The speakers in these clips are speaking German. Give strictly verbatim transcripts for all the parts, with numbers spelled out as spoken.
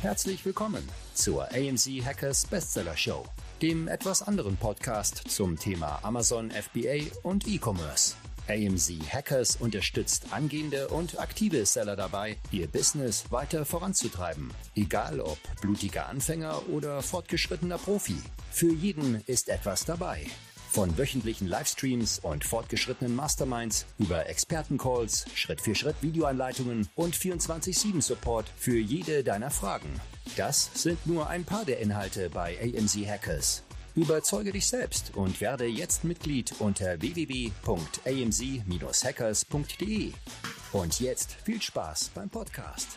herzlich willkommen zur A M Z Hackers Bestseller Show, dem etwas anderen Podcast zum Thema Amazon F B A und E-Commerce. A M Z Hackers unterstützt angehende und aktive Seller dabei, ihr Business weiter voranzutreiben. Egal ob blutiger Anfänger oder fortgeschrittener Profi. Für jeden ist etwas dabei. Von wöchentlichen Livestreams und fortgeschrittenen Masterminds über Expertencalls, Schritt-für-Schritt-Videoanleitungen und vierundzwanzig sieben Support für jede deiner Fragen. Das sind nur ein paar der Inhalte bei A M Z Hackers. Überzeuge dich selbst und werde jetzt Mitglied unter w w w punkt a m z dash hackers punkt d e. Und jetzt viel Spaß beim Podcast.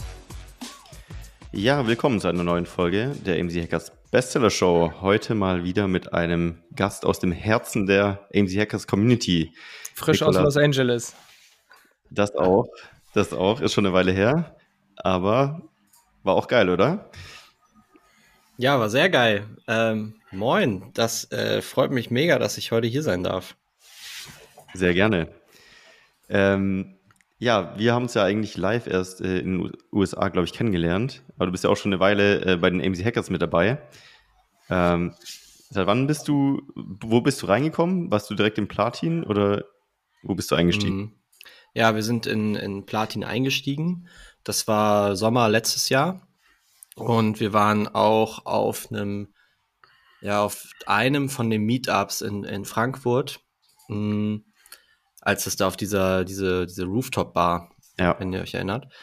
Ja, willkommen zu einer neuen Folge der A M Z Hackers Bestseller Show. Heute mal wieder mit einem Gast aus dem Herzen der A M Z Hackers Community. Frisch Nicolas, aus Los Angeles. Das auch, das auch, ist schon eine Weile her, aber war auch geil, oder? Ja, war sehr geil. Ähm, moin, das äh, freut mich mega, dass ich heute hier sein darf. Sehr gerne. Ähm, ja, wir haben uns ja eigentlich live erst äh, in den U S A, glaube ich, kennengelernt. Aber du bist ja auch schon eine Weile äh, bei den A M Z Hackers mit dabei. Ähm, seit wann bist du, wo bist du reingekommen? Warst du direkt im Platin oder wo bist du eingestiegen? Mhm. Ja, wir sind in, in Platin eingestiegen. Das war Sommer letztes Jahr. Und wir waren auch auf einem, ja, auf einem von den Meetups in, in Frankfurt, mh, als es da auf dieser, diese, diese Rooftop-Bar, Ja. wenn ihr euch erinnert.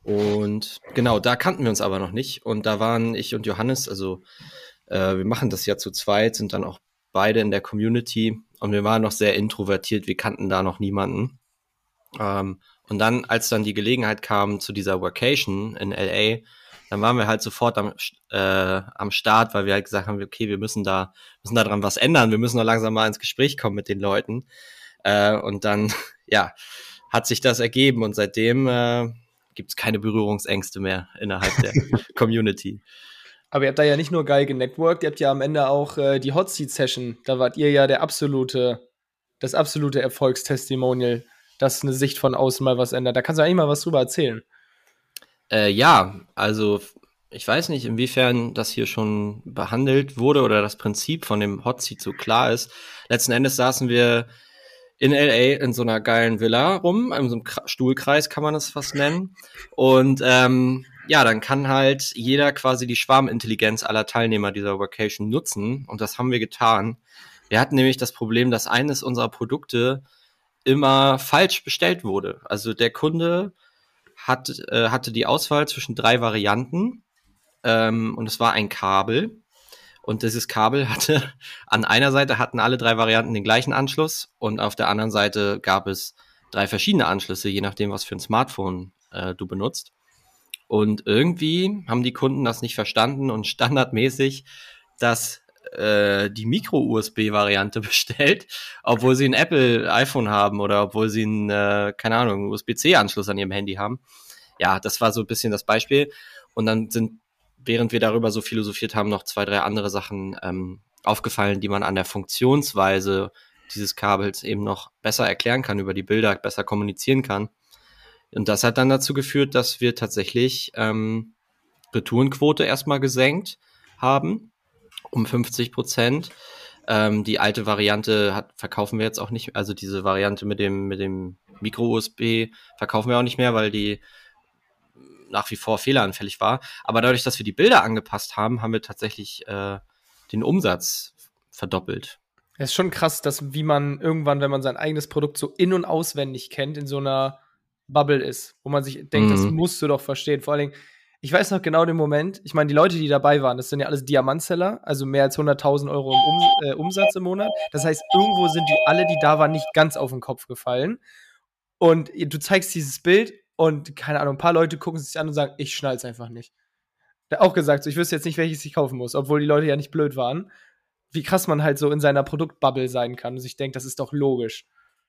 Und genau, da kannten wir uns aber noch nicht. Und da waren ich und Johannes, also äh, wir machen das ja zu zweit, sind dann auch beide in der Community. Und wir waren noch sehr introvertiert, wir kannten da noch niemanden. Ähm, und dann, als dann die Gelegenheit kam zu dieser Workation in L A, dann waren wir halt sofort am, äh, am Start, weil wir halt gesagt haben, okay, wir müssen da, müssen da dran was ändern, wir müssen noch langsam mal ins Gespräch kommen mit den Leuten. Äh, und dann, ja, hat sich das ergeben und seitdem äh, gibt es keine Berührungsängste mehr innerhalb der Community. Aber ihr habt da ja nicht nur geil genetworked, ihr habt ja am Ende auch äh, die Hot Seat Session. Da wart ihr ja der absolute, das absolute Erfolgstestimonial, dass eine Sicht von außen mal was ändert. Da kannst du eigentlich mal was drüber erzählen. Äh, ja, also ich weiß nicht, inwiefern das hier schon behandelt wurde oder das Prinzip von dem Hot Seat so klar ist. Letzten Endes saßen wir in L A in so einer geilen Villa rum, in so einem K- Stuhlkreis kann man das fast nennen. Und ähm, ja, dann kann halt jeder quasi die Schwarmintelligenz aller Teilnehmer dieser Workation nutzen. Und das haben wir getan. Wir hatten nämlich das Problem, dass eines unserer Produkte immer falsch bestellt wurde. Also der Kunde hat, äh, hatte die Auswahl zwischen drei Varianten ähm, und es war ein Kabel. Und dieses Kabel hatte, an einer Seite hatten alle drei Varianten den gleichen Anschluss und auf der anderen Seite gab es drei verschiedene Anschlüsse, je nachdem, was für ein Smartphone äh, du benutzt. Und irgendwie haben die Kunden das nicht verstanden und standardmäßig das äh, die Micro-U S B-Variante bestellt, obwohl sie ein Apple-iPhone haben oder obwohl sie einen, äh, keine Ahnung, U S B C Anschluss an ihrem Handy haben. Ja, das war so ein bisschen das Beispiel. Und dann sind, während wir darüber so philosophiert haben, noch zwei, drei andere Sachen ähm, aufgefallen, die man an der Funktionsweise dieses Kabels eben noch besser erklären kann, über die Bilder besser kommunizieren kann. Und das hat dann dazu geführt, dass wir tatsächlich ähm, Retourenquote erstmal gesenkt haben, um fünfzig Prozent. Ähm, die alte Variante hat, verkaufen wir jetzt auch nicht, also diese Variante mit dem, mit dem Micro-U S B verkaufen wir auch nicht mehr, weil die nach wie vor fehleranfällig war. Aber dadurch, dass wir die Bilder angepasst haben, haben wir tatsächlich äh, den Umsatz verdoppelt. Es ist schon krass, dass wie man irgendwann, wenn man sein eigenes Produkt so in- und auswendig kennt, in so einer Bubble ist, wo man sich denkt, Mhm. das musst du doch verstehen. Vor allen Dingen, ich weiß noch genau den Moment, ich meine, die Leute, die dabei waren, das sind ja alles Diamantseller, also mehr als hunderttausend Euro im um- äh, Umsatz im Monat. Das heißt, irgendwo sind die alle, die da waren, nicht ganz auf den Kopf gefallen. Und du zeigst dieses Bild und, keine Ahnung, ein paar Leute gucken sich an und sagen, ich schnall's einfach nicht. Der hat auch gesagt, so, ich wüsste jetzt nicht, welches ich kaufen muss, obwohl die Leute ja nicht blöd waren. Wie krass man halt so in seiner Produktbubble sein kann und sich denkt, das ist doch logisch.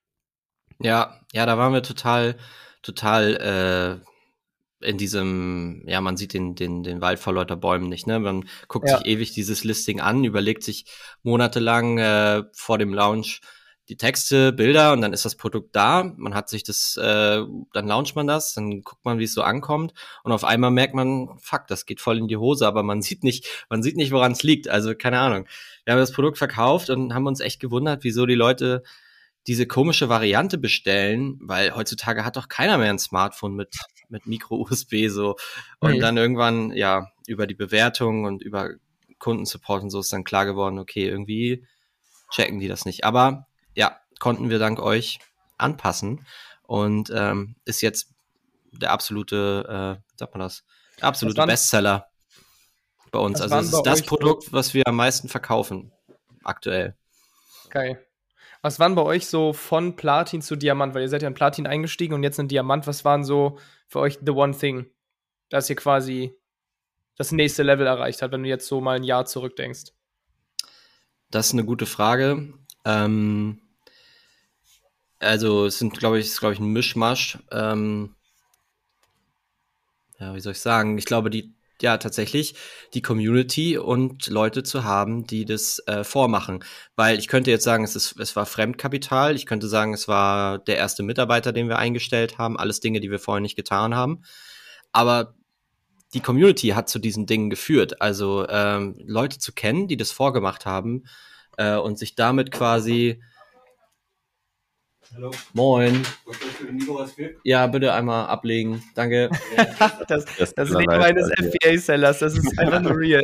Ja, ja, da waren wir total, total äh, in diesem, ja, man sieht den, den, den Wald vor lauter Bäumen nicht, ne? Man guckt Ja. sich ewig dieses Listing an, überlegt sich monatelang äh, vor dem Launch die Texte, Bilder und dann ist das Produkt da. Man hat sich das, äh, dann launcht man das, dann guckt man, wie es so ankommt und auf einmal merkt man, fuck, das geht voll in die Hose, aber man sieht nicht, man sieht nicht, woran es liegt. Also keine Ahnung. Wir haben das Produkt verkauft und haben uns echt gewundert, wieso die Leute diese komische Variante bestellen, weil heutzutage hat doch keiner mehr ein Smartphone mit mit Micro-U S B so und Mhm. dann irgendwann, ja, über die Bewertung und über Kundensupport und so ist dann klar geworden, okay, irgendwie checken die das nicht. Aber ja, konnten wir dank euch anpassen und ähm, ist jetzt der absolute, äh, wie sagt man das, der absolute waren- Bestseller bei uns. was Also waren es bei ist das euch so- Produkt, was wir am meisten verkaufen aktuell. Geil. Was waren bei euch so von Platin zu Diamant? Weil ihr seid ja in Platin eingestiegen und jetzt in Diamant. Was waren so für euch the one thing, dass ihr quasi das nächste Level erreicht habt, wenn du jetzt so mal ein Jahr zurückdenkst? Das ist eine gute Frage. Ähm, also es sind, glaube ich, ist, glaube ich, ein Mischmasch. Ähm, ja, wie soll ich sagen? Ich glaube, die, ja, tatsächlich die Community und Leute zu haben, die das äh, vormachen. Weil ich könnte jetzt sagen, es ist, es war Fremdkapital. Ich könnte sagen, es war der erste Mitarbeiter, den wir eingestellt haben. Alles Dinge, die wir vorher nicht getan haben. Aber die Community hat zu diesen Dingen geführt. Also ähm, Leute zu kennen, die das vorgemacht haben äh, und sich damit quasi. Hallo. Moin. Was soll ich für den Nico was für? Ja, bitte einmal ablegen. Danke. das Das, das Leben eines F B A-Sellers, das ist einfach nur real.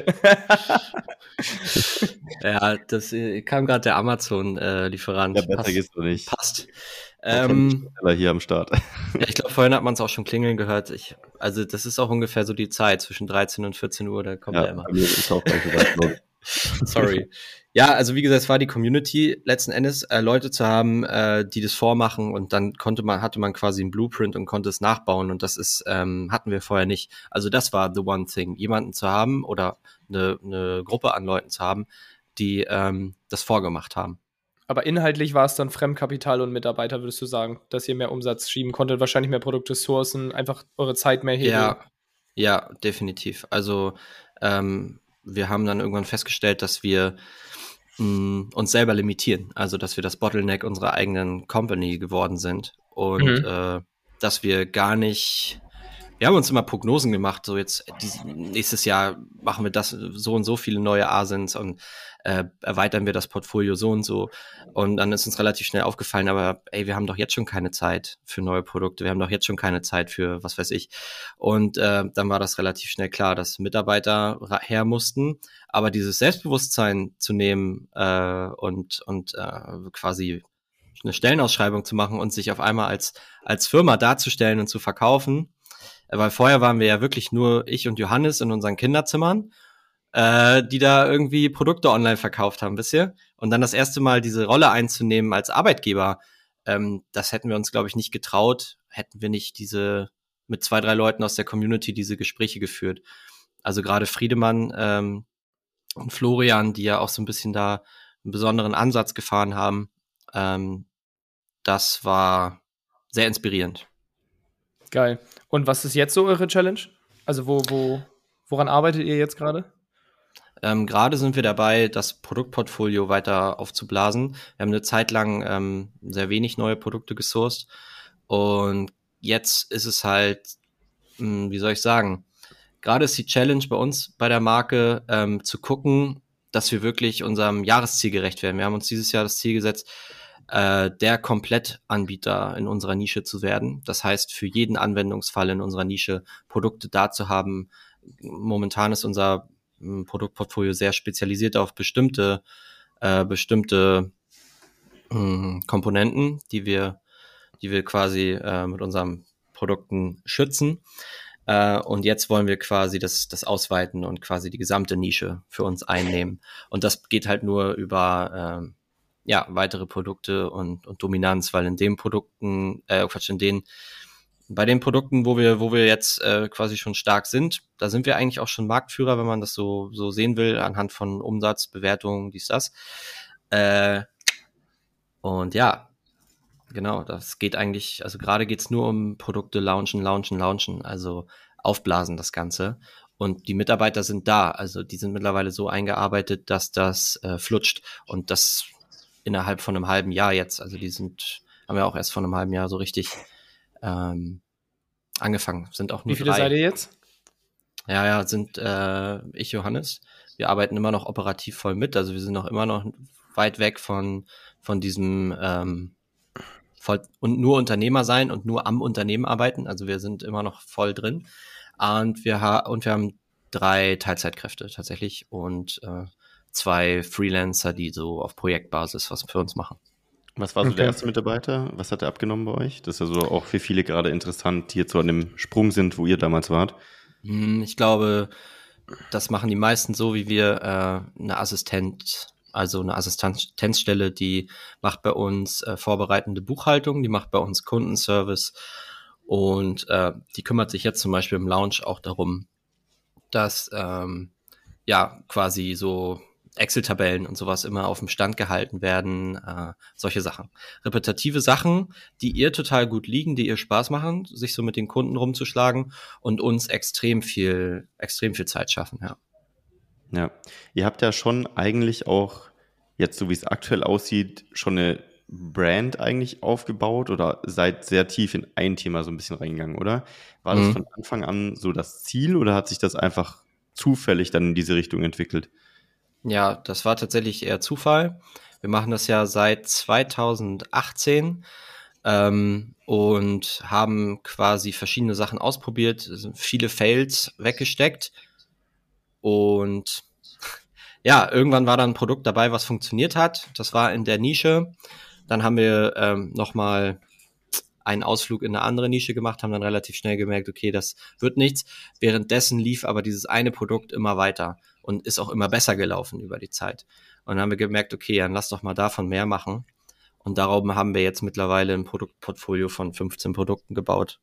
Ja, das äh, kam gerade der Amazon-Lieferant. Ja, besser geht's doch nicht. Passt. Ähm, Ähm, hier am Start. ja, ich glaube, vorhin hat man es auch schon klingeln gehört. Ich, also das ist auch ungefähr so die Zeit zwischen dreizehn und vierzehn Uhr, da kommt er immer. bei mir ist auch gleich gesagt. Sorry. Ja, also wie gesagt, es war die Community letzten Endes, äh, Leute zu haben, äh, die das vormachen und dann konnte man, hatte man quasi einen Blueprint und konnte es nachbauen und das ist, ähm, hatten wir vorher nicht. Also das war the one thing, jemanden zu haben oder eine, eine Gruppe an Leuten zu haben, die ähm, das vorgemacht haben. Aber inhaltlich war es dann Fremdkapital und Mitarbeiter, würdest du sagen, dass ihr mehr Umsatz schieben konntet, wahrscheinlich mehr Produkte sourcen, einfach eure Zeit mehr heben. Ja, ja, definitiv. Also ähm, wir haben dann irgendwann festgestellt, dass wir mh, uns selber limitieren. Also dass wir das Bottleneck unserer eigenen Company geworden sind und Mhm. äh, dass wir gar nicht. Wir haben uns immer Prognosen gemacht, so jetzt dies, nächstes Jahr machen wir das so und so viele neue A S I Ns und äh, erweitern wir das Portfolio so und so. Und dann ist uns relativ schnell aufgefallen, aber ey, wir haben doch jetzt schon keine Zeit für neue Produkte, wir haben doch jetzt schon keine Zeit für was weiß ich. Und äh, dann war das relativ schnell klar, dass Mitarbeiter ra- her mussten, aber dieses Selbstbewusstsein zu nehmen äh, und, und äh, quasi eine Stellenausschreibung zu machen und sich auf einmal als, als Firma darzustellen und zu verkaufen, weil vorher waren wir ja wirklich nur ich und Johannes in unseren Kinderzimmern, äh, die da irgendwie Produkte online verkauft haben, wisst ihr? Und dann das erste Mal diese Rolle einzunehmen als Arbeitgeber, ähm, das hätten wir uns, glaube ich, nicht getraut, hätten wir nicht diese mit zwei, drei Leuten aus der Community diese Gespräche geführt. Also gerade Friedemann ähm, und Florian, die ja auch so ein bisschen da einen besonderen Ansatz gefahren haben, ähm, das war sehr inspirierend. Geil. Und was ist jetzt so eure Challenge? Also wo, wo, woran arbeitet ihr jetzt gerade? Ähm, gerade sind wir dabei, das Produktportfolio weiter aufzublasen. Wir haben eine Zeit lang ähm, sehr wenig neue Produkte gesourced und jetzt ist es halt, mh, wie soll ich sagen, gerade ist die Challenge bei uns bei der Marke ähm, zu gucken, dass wir wirklich unserem Jahresziel gerecht werden. Wir haben uns dieses Jahr das Ziel gesetzt, äh, der Komplettanbieter in unserer Nische zu werden. Das heißt, für jeden Anwendungsfall in unserer Nische Produkte da zu haben. Momentan ist unser m, Produktportfolio sehr spezialisiert auf bestimmte äh, bestimmte mh, Komponenten, die wir die wir quasi äh, mit unseren Produkten schützen. Uh, und jetzt wollen wir quasi das, das ausweiten und quasi die gesamte Nische für uns einnehmen. Und das geht halt nur über ähm, ja, weitere Produkte und, und Dominanz, weil in den Produkten, äh, Quatsch, in den, bei den Produkten, wo wir, wo wir jetzt äh, quasi schon stark sind, da sind wir eigentlich auch schon Marktführer, wenn man das so, so sehen will, anhand von Umsatz, Bewertungen, dies, das. Äh, und ja, genau, das geht eigentlich, also gerade geht's nur um Produkte launchen, launchen, launchen, also aufblasen das Ganze. Und die Mitarbeiter sind da, also die sind mittlerweile so eingearbeitet, dass das äh, flutscht. Und das innerhalb von einem halben Jahr jetzt. Also die sind, haben ja auch erst vor einem halben Jahr so richtig ähm, angefangen. Sind auch nur Wie viele drei. seid ihr jetzt? Ja, ja, sind äh, ich, Johannes. Wir arbeiten immer noch operativ voll mit. Also wir sind noch immer noch weit weg von, von diesem ähm, voll, und nur Unternehmer sein und nur am Unternehmen arbeiten. Also wir sind immer noch voll drin. Und wir, ha- und wir haben drei Teilzeitkräfte tatsächlich und äh, zwei Freelancer, die so auf Projektbasis was für uns machen. Was war so Okay. der erste Mitarbeiter? Was hat er abgenommen bei euch? Das ist ja so auch für viele gerade interessant, die jetzt so an dem Sprung sind, wo ihr damals wart. Hm, Ich glaube, das machen die meisten so, wie wir äh, eine Assistent, also eine Assistenzstelle, die macht bei uns äh, vorbereitende Buchhaltung, die macht bei uns Kundenservice und äh, die kümmert sich jetzt zum Beispiel im Lounge auch darum, dass ähm, ja quasi so Excel-Tabellen und sowas immer auf dem Stand gehalten werden, äh, solche Sachen. Repetitive Sachen, die ihr total gut liegen, die ihr Spaß machen, sich so mit den Kunden rumzuschlagen und uns extrem viel, extrem viel Zeit schaffen, ja. Ja, ihr habt ja schon eigentlich auch, jetzt so wie es aktuell aussieht, schon eine Brand eigentlich aufgebaut oder seid sehr tief in ein Thema so ein bisschen reingegangen, oder? War das Mhm. von Anfang an so das Ziel oder hat sich das einfach zufällig dann in diese Richtung entwickelt? Ja, das war tatsächlich eher Zufall. Wir machen das ja seit zweitausendachtzehn ähm, und haben quasi verschiedene Sachen ausprobiert, sind viele Fails weggesteckt und ja, irgendwann war da ein Produkt dabei, was funktioniert hat. Das war in der Nische. Dann haben wir ähm, nochmal einen Ausflug in eine andere Nische gemacht, haben dann relativ schnell gemerkt, okay, das wird nichts. Währenddessen lief aber dieses eine Produkt immer weiter und ist auch immer besser gelaufen über die Zeit. Und dann haben wir gemerkt, okay, dann lass doch mal davon mehr machen. Und darum haben wir jetzt mittlerweile ein Produktportfolio von fünfzehn Produkten gebaut.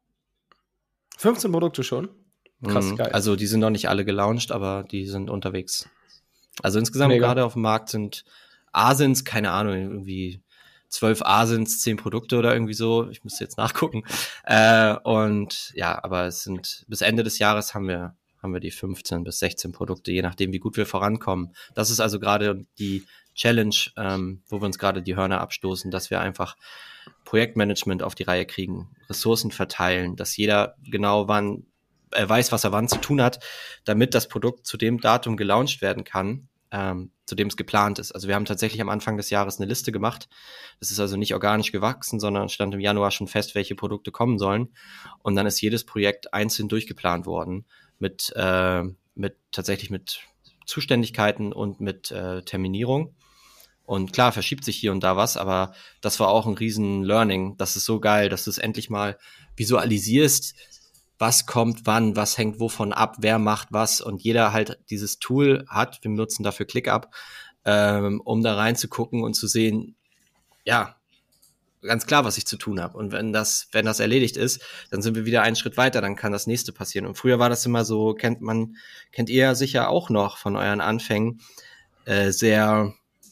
fünfzehn Produkte schon? Krass, Mhm. geil. Also die sind noch nicht alle gelauncht, aber die sind unterwegs. Also insgesamt Mega. gerade auf dem Markt sind Asins, keine Ahnung, irgendwie zwölf Asins, zehn Produkte oder irgendwie so. Ich müsste jetzt nachgucken. Äh, und ja, aber es sind bis Ende des Jahres haben wir haben wir die fünfzehn bis sechzehn Produkte, je nachdem, wie gut wir vorankommen. Das ist also gerade die Challenge, ähm, wo wir uns gerade die Hörner abstoßen, dass wir einfach Projektmanagement auf die Reihe kriegen, Ressourcen verteilen, dass jeder genau wann er weiß, was er wann zu tun hat, damit das Produkt zu dem Datum gelauncht werden kann, ähm, zu dem es geplant ist. Also wir haben tatsächlich am Anfang des Jahres eine Liste gemacht. Das ist also nicht organisch gewachsen, sondern stand im Januar schon fest, welche Produkte kommen sollen. Und dann ist jedes Projekt einzeln durchgeplant worden mit, äh, mit tatsächlich mit Zuständigkeiten und mit äh, Terminierung. Und klar, verschiebt sich hier und da was, aber das war auch ein riesen Learning. Das ist so geil, dass du es endlich mal visualisierst, was kommt wann, was hängt wovon ab, wer macht was und jeder halt dieses Tool hat, wir nutzen dafür ClickUp, ähm, um da reinzugucken und zu sehen, ja, ganz klar, was ich zu tun habe. Und wenn das, wenn das erledigt ist, dann sind wir wieder einen Schritt weiter, dann kann das nächste passieren. Und früher war das immer so, kennt man, kennt ihr ja sicher auch noch von euren Anfängen, äh, sehr,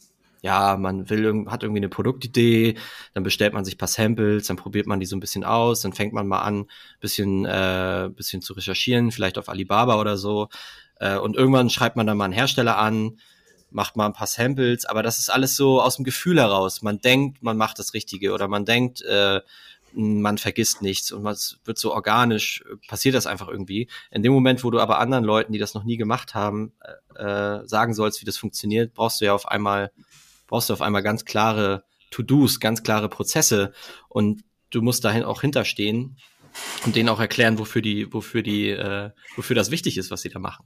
ja, man will, irg- hat irgendwie eine Produktidee, dann bestellt man sich ein paar Samples, dann probiert man die so ein bisschen aus, dann fängt man mal an, bisschen, äh, bisschen zu recherchieren, vielleicht auf Alibaba oder so. Äh, und irgendwann schreibt man dann mal einen Hersteller an, macht mal ein paar Samples, aber das ist alles so aus dem Gefühl heraus. Man denkt, man macht das Richtige oder man denkt, äh, man vergisst nichts und es wird so organisch, äh, passiert das einfach irgendwie. In dem Moment, wo du aber anderen Leuten, die das noch nie gemacht haben, äh, sagen sollst, wie das funktioniert, brauchst du ja auf einmal brauchst du auf einmal ganz klare To-Dos, ganz klare Prozesse und du musst dahin auch hinterstehen und denen auch erklären, wofür die, wofür die, äh, wofür das wichtig ist, was sie da machen.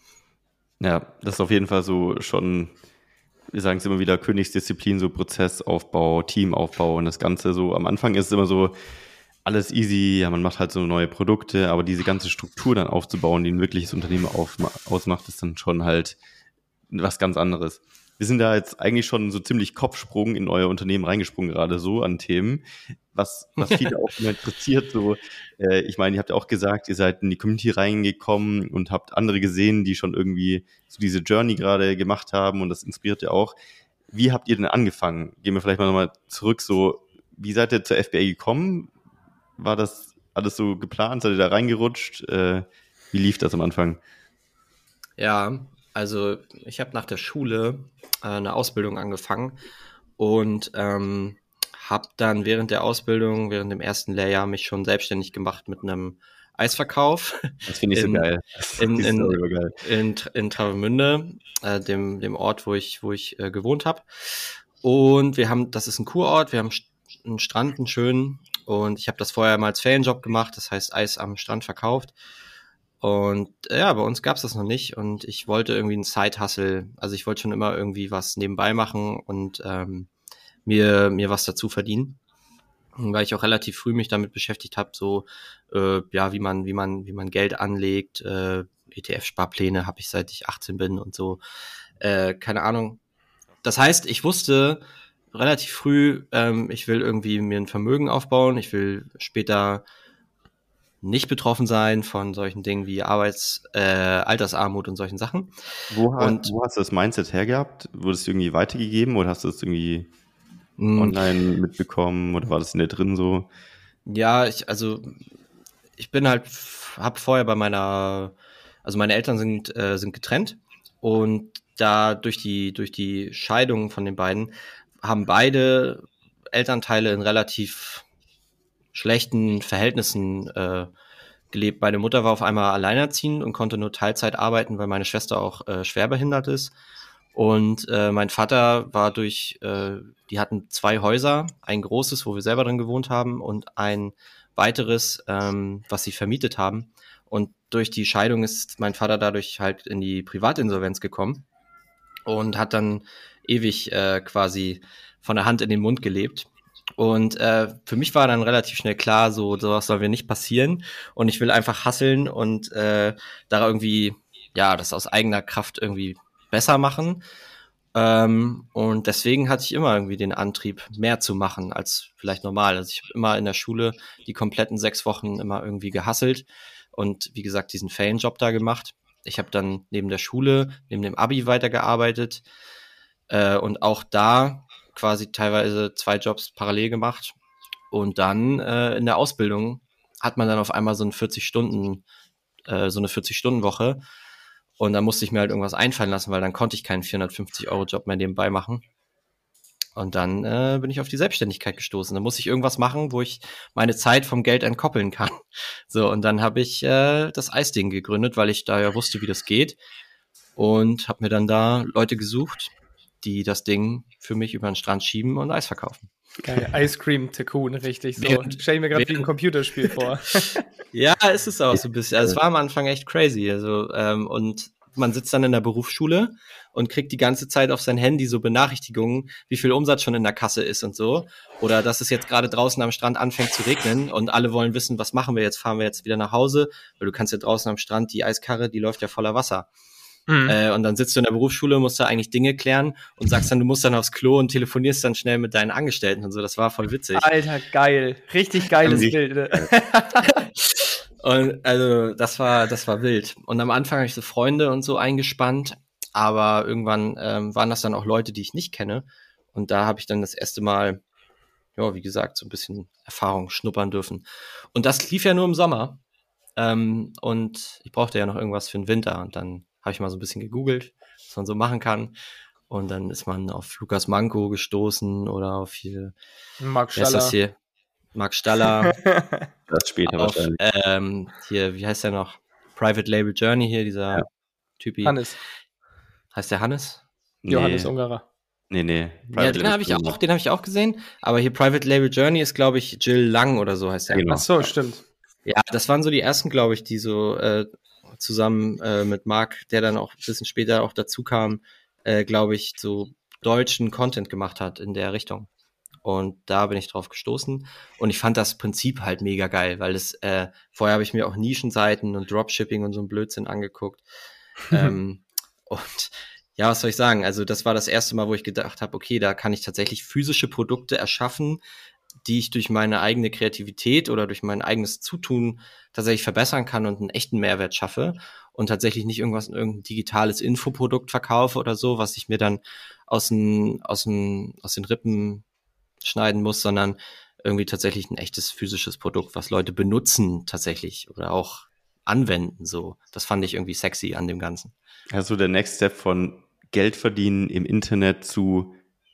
Ja, das ist auf jeden Fall so schon, wir sagen es immer wieder, Königsdisziplin, so Prozessaufbau, Teamaufbau und das Ganze so. Am Anfang ist es immer so, alles easy, ja, man macht halt so neue Produkte, aber diese ganze Struktur dann aufzubauen, die ein wirkliches Unternehmen aufma- ausmacht, ist dann schon halt was ganz anderes. Wir sind da jetzt eigentlich schon so ziemlich Kopfsprung in euer Unternehmen reingesprungen, gerade so an Themen, was, was viele auch immer interessiert. So, äh, ich meine, ihr habt ja auch gesagt, ihr seid in die Community reingekommen und habt andere gesehen, die schon irgendwie so diese Journey gerade gemacht haben und das inspiriert ja auch. Wie habt ihr denn angefangen? Gehen wir vielleicht mal nochmal zurück, so, wie seid ihr zur F B A gekommen? War das alles so geplant? Seid ihr da reingerutscht? Äh, wie lief das am Anfang? Ja, also ich habe nach der Schule äh, eine Ausbildung angefangen und ähm, habe dann während der Ausbildung, während dem ersten Lehrjahr mich schon selbstständig gemacht mit einem Eisverkauf. Das finde ich in, so geil. In, Die in, Story war geil. in, in Travemünde, äh, dem, dem Ort, wo ich, wo ich äh, gewohnt habe. Und wir haben, das ist ein Kurort, wir haben einen Strand, einen schönen. Und ich habe das vorher mal als Ferienjob gemacht, das heißt Eis am Strand verkauft. Und äh, ja, bei uns gab's das noch nicht. Und ich wollte irgendwie einen Side-Hustle, also ich wollte schon immer irgendwie was nebenbei machen und ähm, mir, mir was dazu verdienen. Weil ich auch relativ früh mich damit beschäftigt habe, so äh, ja, wie man, wie man, wie man Geld anlegt, äh, E T F-Sparpläne habe ich seit ich achtzehn bin und so. Äh, keine Ahnung. Das heißt, ich wusste relativ früh, ähm, ich will irgendwie mir ein Vermögen aufbauen, ich will später nicht betroffen sein von solchen Dingen wie Arbeits-, äh, Altersarmut und solchen Sachen. Wo, hat, Und wo hast du das Mindset hergehabt? Wurde es dir irgendwie weitergegeben oder hast du es irgendwie mh, online mitbekommen oder war das in dir drin so? ja, ich, also ich bin halt, hab vorher bei meiner, also meine Eltern sind, äh, sind getrennt und da durch die, durch die Scheidung von den beiden haben beide Elternteile in relativ schlechten Verhältnissen äh, gelebt. Meine Mutter war auf einmal alleinerziehend und konnte nur Teilzeit arbeiten, weil meine Schwester auch äh, schwerbehindert ist. Und äh, mein Vater war durch, äh, die hatten zwei Häuser, ein großes, wo wir selber drin gewohnt haben und ein weiteres, ähm, was sie vermietet haben. Und durch die Scheidung ist mein Vater dadurch halt in die Privatinsolvenz gekommen und hat dann ewig äh, quasi von der Hand in den Mund gelebt. Und äh, für mich war dann relativ schnell klar, so sowas soll mir nicht passieren und ich will einfach hustlen und äh, da irgendwie, ja, das aus eigener Kraft irgendwie besser machen. Ähm, und deswegen hatte ich immer irgendwie den Antrieb, mehr zu machen als vielleicht normal. Also ich habe immer in der Schule die kompletten sechs Wochen immer irgendwie gehustelt und wie gesagt diesen Ferienjob da gemacht. Ich habe dann neben der Schule, neben dem Abi weitergearbeitet äh, und auch da quasi teilweise zwei Jobs parallel gemacht. Und dann äh, in der Ausbildung hat man dann auf einmal so eine vierzig Stunden, äh, so eine vierzig-Stunden-Woche. Und da musste ich mir halt irgendwas einfallen lassen, weil dann konnte ich keinen vierhundertfünfzig-Euro-Job mehr nebenbei machen. Und dann äh, bin ich auf die Selbstständigkeit gestoßen. Da muss ich irgendwas machen, wo ich meine Zeit vom Geld entkoppeln kann. So, und dann habe ich äh, das Eisding gegründet, weil ich da ja wusste, wie das geht. Und habe mir dann da Leute gesucht, die das Ding für mich über den Strand schieben und Eis verkaufen. Geil, Ice Cream Tycoon, richtig so. Während- Stell ich mir gerade wie ein während- Computerspiel vor. Ja, ist es auch so ein bisschen. Also, es war am Anfang echt crazy. Also, ähm, und man sitzt dann in der Berufsschule und kriegt die ganze Zeit auf sein Handy so Benachrichtigungen, wie viel Umsatz schon in der Kasse ist und so. Oder dass es jetzt gerade draußen am Strand anfängt zu regnen und alle wollen wissen, was machen wir jetzt? Fahren wir jetzt wieder nach Hause? Weil du kannst ja draußen am Strand, die Eiskarre, die läuft ja voller Wasser. Mhm. Äh, und dann sitzt du in der Berufsschule, musst da eigentlich Dinge klären und sagst dann, du musst dann aufs Klo und telefonierst dann schnell mit deinen Angestellten und so. Das war voll witzig. Alter, geil. Richtig geiles Richtig Bild. Ne? Und also das war, das war wild. Und am Anfang habe ich so Freunde und so eingespannt, aber irgendwann ähm, waren das dann auch Leute, die ich nicht kenne. Und da habe ich dann das erste Mal, ja, wie gesagt, so ein bisschen Erfahrung schnuppern dürfen. Und das lief ja nur im Sommer. Ähm, und ich brauchte ja noch irgendwas für den Winter. Und dann habe ich mal so ein bisschen gegoogelt, was man so machen kann. Und dann ist man auf Lukas Manko gestoßen oder auf hier, Marc wer ist das Staller. hier? Marc Staller. Das später auf, wahrscheinlich. ähm, hier, wie heißt der noch? Private Label Journey hier, dieser Ja. Typi. Hannes. Heißt der Hannes? Johannes Ungarer. Nee, nee. Ja, den habe ich auch, den habe ich auch gesehen. Aber hier Private Label Journey ist, glaube ich, Jill Lang oder so heißt der. Genau. Ach so, stimmt. Ja, das waren so die ersten, glaube ich, die so äh, zusammen äh, mit Marc, der dann auch ein bisschen später auch dazu kam, äh, glaube ich, so deutschen Content gemacht hat in der Richtung. Und da bin ich drauf gestoßen. Und ich fand das Prinzip halt mega geil, weil es, äh, vorher habe ich mir auch Nischenseiten und Dropshipping und so ein Blödsinn angeguckt. ähm, und ja, was soll ich sagen? Also das war das erste Mal, wo ich gedacht habe, okay, da kann ich tatsächlich physische Produkte erschaffen, die ich durch meine eigene Kreativität oder durch mein eigenes Zutun tatsächlich verbessern kann und einen echten Mehrwert schaffe und tatsächlich nicht irgendwas, irgendein digitales Infoprodukt verkaufe oder so, was ich mir dann aus den, aus den, aus den Rippen schneiden muss, sondern irgendwie tatsächlich ein echtes physisches Produkt, was Leute benutzen tatsächlich oder auch anwenden, so. Das fand ich irgendwie sexy an dem Ganzen. Also der Next Step von Geld verdienen im Internet zu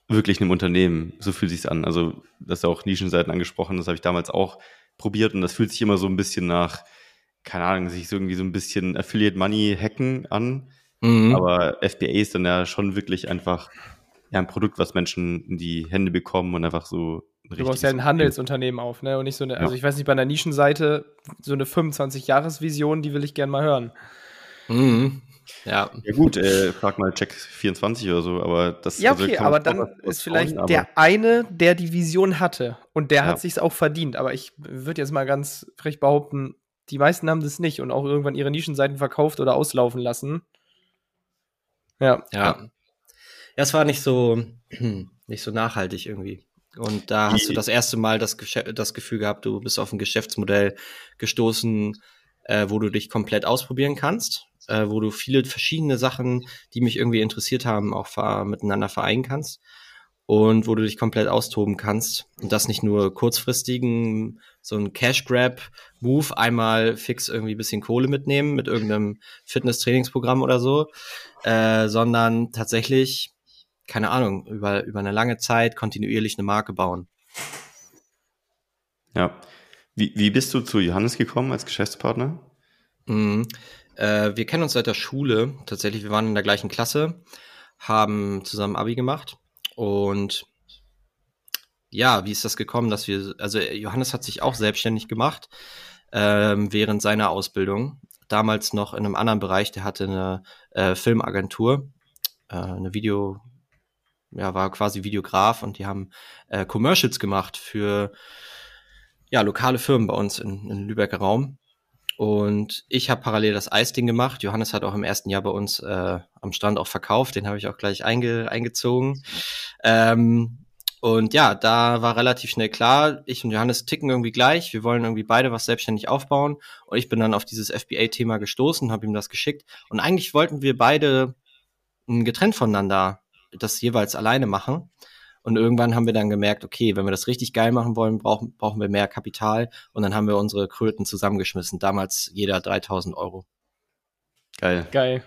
wirklich einem Unternehmen. So fühlt sich's an. Also, das ist ja auch Nischenseiten angesprochen, das habe ich damals auch probiert und das fühlt sich immer so ein bisschen nach, keine Ahnung, sich so irgendwie so ein bisschen Affiliate Money hacken an. Mhm. Aber F B A ist dann ja schon wirklich einfach ja, ein Produkt, was Menschen in die Hände bekommen und einfach so ein Du baust ja ein Handelsunternehmen auf, ne? Und nicht so eine, also Ja. ich weiß nicht, bei einer Nischenseite, so eine fünfundzwanzig-Jahres-Vision, die will ich gerne mal hören. Mhm. Ja. Ja gut, äh, frag mal Check vierundzwanzig oder so, aber das Ja, also okay, kann man aber schon dann was draus ist vielleicht bauen, aber- der eine, der die Vision hatte und der Ja. hat sich's auch verdient. Aber ich würde jetzt mal ganz frech behaupten, die meisten haben das nicht und auch irgendwann ihre Nischenseiten verkauft oder auslaufen lassen. Ja. Ja. Ja, es war nicht so, nicht so nachhaltig irgendwie. Und da hast du das erste Mal das, Geschä- das Gefühl gehabt, du bist auf ein Geschäftsmodell gestoßen, äh, wo du dich komplett ausprobieren kannst, äh, wo du viele verschiedene Sachen, die mich irgendwie interessiert haben, auch ver- miteinander vereinen kannst und wo du dich komplett austoben kannst. Und das nicht nur kurzfristigen, so ein Cash-Grab-Move, einmal fix irgendwie ein bisschen Kohle mitnehmen mit irgendeinem Fitness-Trainingsprogramm oder so, äh, sondern tatsächlich, keine Ahnung, über, über eine lange Zeit kontinuierlich eine Marke bauen. Ja. Wie, wie bist du zu Johannes gekommen als Geschäftspartner? Mhm. Äh, wir kennen uns seit der Schule. Tatsächlich, wir waren in der gleichen Klasse, haben zusammen Abi gemacht. Und ja, wie ist das gekommen, dass wir, also Johannes hat sich auch selbstständig gemacht ähm, während seiner Ausbildung. Damals noch in einem anderen Bereich, der hatte eine äh, Filmagentur, äh, eine Video, ja, war quasi Videograf und die haben äh, Commercials gemacht für ja, lokale Firmen bei uns in, in Lübecker Raum. Und ich habe parallel das Eisding gemacht. Johannes hat auch im ersten Jahr bei uns äh, am Stand auch verkauft. Den habe ich auch gleich einge, eingezogen. Ähm, und ja, da war relativ schnell klar, ich und Johannes ticken irgendwie gleich. Wir wollen irgendwie beide was selbstständig aufbauen. Und ich bin dann auf dieses F B A-Thema gestoßen, habe ihm das geschickt. Und eigentlich wollten wir beide m, getrennt voneinander das jeweils alleine machen. Und irgendwann haben wir dann gemerkt, okay, wenn wir das richtig geil machen wollen, brauchen, brauchen wir mehr Kapital. Und dann haben wir unsere Kröten zusammengeschmissen. Damals jeder dreitausend Euro. Geil. Geil.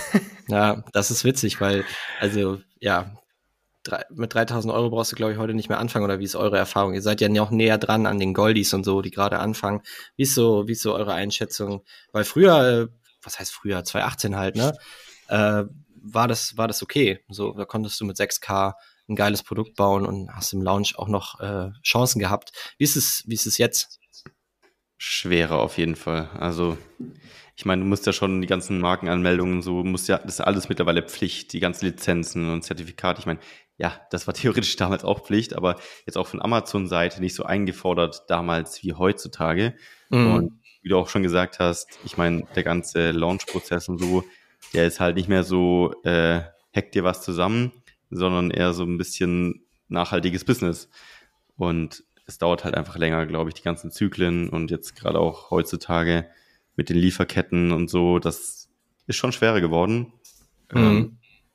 Ja, das ist witzig, weil, also, ja, drei, mit dreitausend Euro brauchst du, glaube ich, heute nicht mehr anfangen. Oder wie ist eure Erfahrung? Ihr seid ja noch näher dran an den Goldies und so, die gerade anfangen. Wie ist so, wie ist so eure Einschätzung? Weil früher, äh, was heißt früher? zwanzig achtzehn halt, ne? Äh, war das, war das okay. So, da konntest du mit sechs K ein geiles Produkt bauen und hast im Launch auch noch äh, Chancen gehabt. Wie ist es, wie ist es jetzt? Schwerer auf jeden Fall. Also, ich meine, du musst ja schon die ganzen Markenanmeldungen, so musst ja, das ist alles mittlerweile Pflicht, die ganzen Lizenzen und Zertifikate. Ich meine, ja, das war theoretisch damals auch Pflicht, aber jetzt auch von Amazon-Seite nicht so eingefordert damals wie heutzutage. Mhm. Und wie du auch schon gesagt hast, ich meine, der ganze Launch-Prozess und so, der ist halt nicht mehr so, äh, hack dir was zusammen, sondern eher so ein bisschen nachhaltiges Business. Und es dauert halt einfach länger, glaube ich, die ganzen Zyklen und jetzt gerade auch heutzutage mit den Lieferketten und so, das ist schon schwerer geworden. Mhm. Ähm,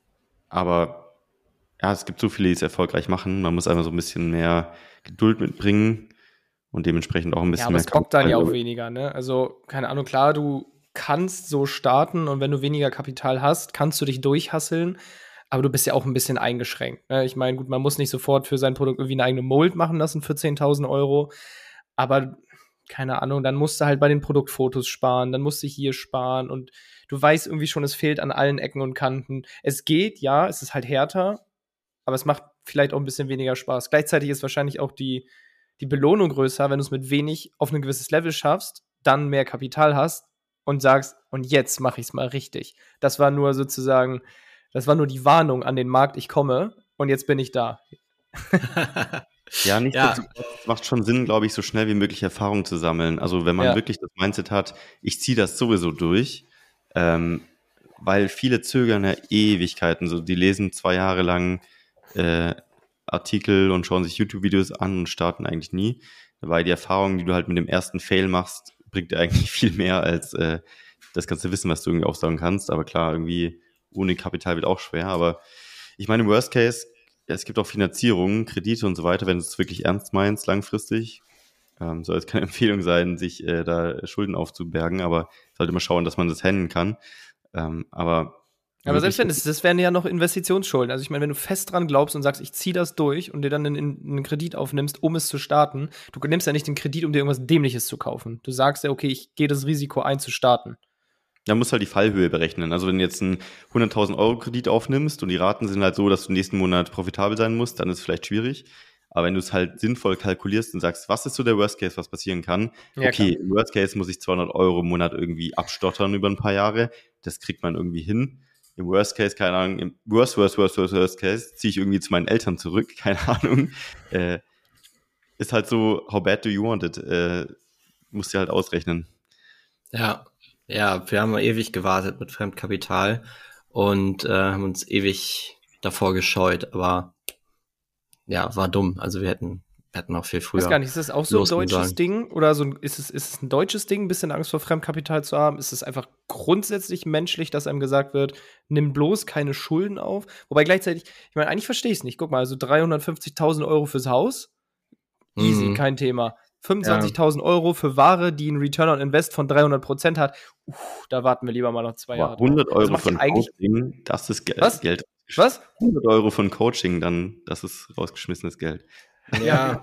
aber ja, es gibt so viele, die es erfolgreich machen. Man muss einfach so ein bisschen mehr Geduld mitbringen und dementsprechend auch ein bisschen Ja, aber mehr es bockt dann ja auch Kapital. weniger, ne? Also, keine Ahnung, klar, du kannst so starten und wenn du weniger Kapital hast, kannst du dich durchhasseln, aber du bist ja auch ein bisschen eingeschränkt, ne? Ich meine, gut, man muss nicht sofort für sein Produkt irgendwie eine eigene Mold machen lassen für zehntausend Euro, aber keine Ahnung, dann musst du halt bei den Produktfotos sparen, dann musst du hier sparen und du weißt irgendwie schon, es fehlt an allen Ecken und Kanten. Es geht, ja, es ist halt härter, aber es macht vielleicht auch ein bisschen weniger Spaß. Gleichzeitig ist wahrscheinlich auch die, die Belohnung größer, wenn du es mit wenig auf ein gewisses Level schaffst, dann mehr Kapital hast und sagst, und jetzt mache ich es mal richtig. Das war nur sozusagen, das war nur die Warnung an den Markt, ich komme und jetzt bin ich da. Ja, nicht Ja. Es macht schon Sinn, glaube ich, so schnell wie möglich Erfahrung zu sammeln. Also wenn man Ja. wirklich das Mindset hat, ich ziehe das sowieso durch, ähm, weil viele zögern ja Ewigkeiten. So, die lesen zwei Jahre lang äh, Artikel und schauen sich YouTube-Videos an und starten eigentlich nie. Weil die Erfahrung, die du halt mit dem ersten Fail machst, bringt dir eigentlich viel mehr als äh, das ganze Wissen, was du irgendwie aufsagen kannst. Aber klar, irgendwie ohne Kapital wird auch schwer. Aber ich meine, im Worst Case, ja, es gibt auch Finanzierungen, Kredite und so weiter, wenn du es wirklich ernst meinst, langfristig. Ähm, soll jetzt keine Empfehlung sein, sich äh, da Schulden aufzubergen, aber sollte mal schauen, dass man das handeln kann. Ähm, aber Aber selbst wenn, das, das wären ja noch Investitionsschulden. Also ich meine, wenn du fest dran glaubst und sagst, ich ziehe das durch und dir dann einen, einen Kredit aufnimmst, um es zu starten, du nimmst ja nicht den Kredit, um dir irgendwas Dämliches zu kaufen. Du sagst ja, okay, ich gehe das Risiko ein, zu starten. Da musst halt die Fallhöhe berechnen. Also wenn du jetzt einen hunderttausend Euro Kredit aufnimmst und die Raten sind halt so, dass du nächsten Monat profitabel sein musst, dann ist es vielleicht schwierig. Aber wenn du es halt sinnvoll kalkulierst und sagst, was ist so der Worst Case, was passieren kann? Ja, okay, klar. im Worst Case muss ich zweihundert Euro im Monat irgendwie abstottern über ein paar Jahre. Das kriegt man irgendwie hin. Im Worst Case, keine Ahnung, im Worst, Worst, Worst, Worst, Worst Case ziehe ich irgendwie zu meinen Eltern zurück, keine Ahnung. Äh, ist halt so, how bad do you want it? Äh, musst du halt ausrechnen. Ja, ja, wir haben ewig gewartet mit Fremdkapital und äh, haben uns ewig davor gescheut, aber ja, war dumm. Also wir hätten, wir hätten auch viel Ich früher. weiß gar nicht, ist das auch so ein losgehen deutsches sollen. Ding? Oder so ein, ist, es, ist es ein deutsches Ding, ein bisschen Angst vor Fremdkapital zu haben? Ist es einfach grundsätzlich menschlich, dass einem gesagt wird, nimm bloß keine Schulden auf? Wobei gleichzeitig, ich meine, eigentlich verstehe ich es nicht. Guck mal, also dreihundertfünfzigtausend Euro fürs Haus, easy, Mhm. kein Thema. fünfundzwanzigtausend Euro für Ware, die einen Return on Invest von dreihundert Prozent hat. Uff, da warten wir lieber mal noch zwei Aber Jahre. hundert drauf. Euro macht ja von eigentlich- Coaching, das ist Geld. Was? Geld. Was? hundert Euro von Coaching, dann, das ist rausgeschmissenes Geld. Ja.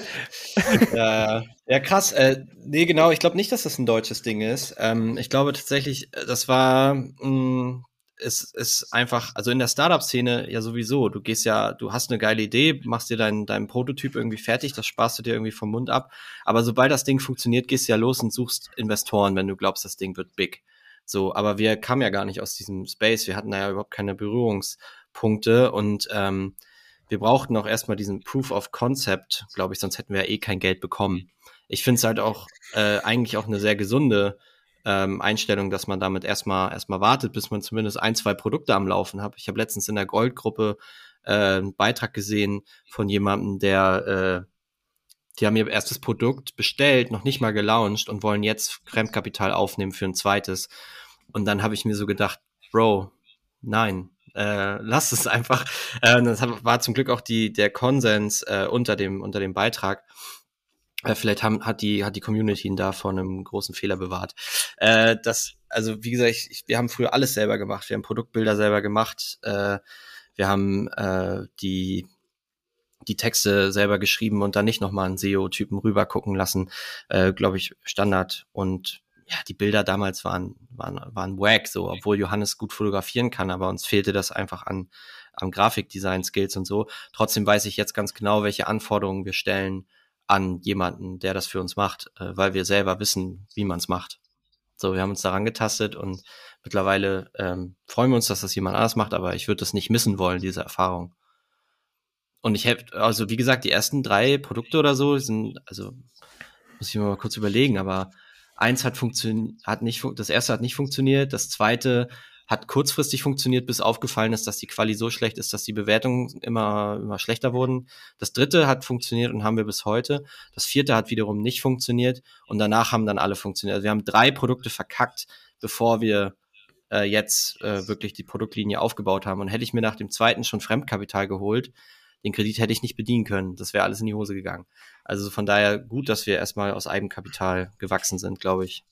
ja, ja, krass. Äh, nee, genau. Ich glaube nicht, dass das ein deutsches Ding ist. Ähm, ich glaube tatsächlich, äh, das war, mh, es ist einfach, also in der Startup-Szene ja sowieso. Du gehst ja, du hast eine geile Idee, machst dir deinen deinen Prototyp irgendwie fertig, das sparst du dir irgendwie vom Mund ab. Aber sobald das Ding funktioniert, gehst du ja los und suchst Investoren, wenn du glaubst, das Ding wird big. So, aber wir kamen ja gar nicht aus diesem Space. Wir hatten da ja überhaupt keine Berührungspunkte und ähm, wir brauchten auch erstmal diesen Proof of Concept, glaube ich, sonst hätten wir ja eh kein Geld bekommen. Ich finde es halt auch äh, eigentlich auch eine sehr gesunde ähm, Einstellung, dass man damit erstmal erstmal wartet, bis man zumindest ein, zwei Produkte am Laufen hat. Ich habe letztens in der Goldgruppe äh, einen Beitrag gesehen von jemandem, der äh, die haben ihr erstes Produkt bestellt, noch nicht mal gelauncht und wollen jetzt Fremdkapital aufnehmen für ein zweites. Und dann habe ich mir so gedacht, Bro, nein, äh, lass es einfach. Äh, das war zum Glück auch die der Konsens äh, unter dem unter dem Beitrag. Äh, vielleicht haben, hat die hat die Community ihn da vor einem großen Fehler bewahrt. Äh, das, also wie gesagt, ich, ich, wir haben früher alles selber gemacht. Wir haben Produktbilder selber gemacht. Äh, wir haben äh, die die Texte selber geschrieben und dann nicht nochmal einen S E O-Typen rüber gucken lassen, äh, glaube ich, Standard. Und ja, die Bilder damals waren, waren, waren wack, so, obwohl Johannes gut fotografieren kann, aber uns fehlte das einfach an, am Grafikdesign-Skills und so. Trotzdem weiß ich jetzt ganz genau, welche Anforderungen wir stellen an jemanden, der das für uns macht, äh, weil wir selber wissen, wie man es macht. So, wir haben uns daran getastet und mittlerweile ähm, freuen wir uns, dass das jemand anders macht, aber ich würde das nicht missen wollen, diese Erfahrung. Und ich hätte, also wie gesagt, die ersten drei Produkte oder so sind, also muss ich mir mal kurz überlegen, aber eins hat funktioniert, hat nicht, das erste hat nicht funktioniert, das zweite hat kurzfristig funktioniert, bis aufgefallen ist, dass die Quali so schlecht ist, dass die Bewertungen immer, immer schlechter wurden. Das dritte hat funktioniert und haben wir bis heute. Das vierte hat wiederum nicht funktioniert und danach haben dann alle funktioniert. Also wir haben drei Produkte verkackt, bevor wir äh, jetzt äh, wirklich die Produktlinie aufgebaut haben. Und hätte ich mir nach dem zweiten schon Fremdkapital geholt, den Kredit hätte ich nicht bedienen können. Das wäre alles in die Hose gegangen. Also von daher gut, dass wir erstmal aus Eigenkapital gewachsen sind, glaube ich.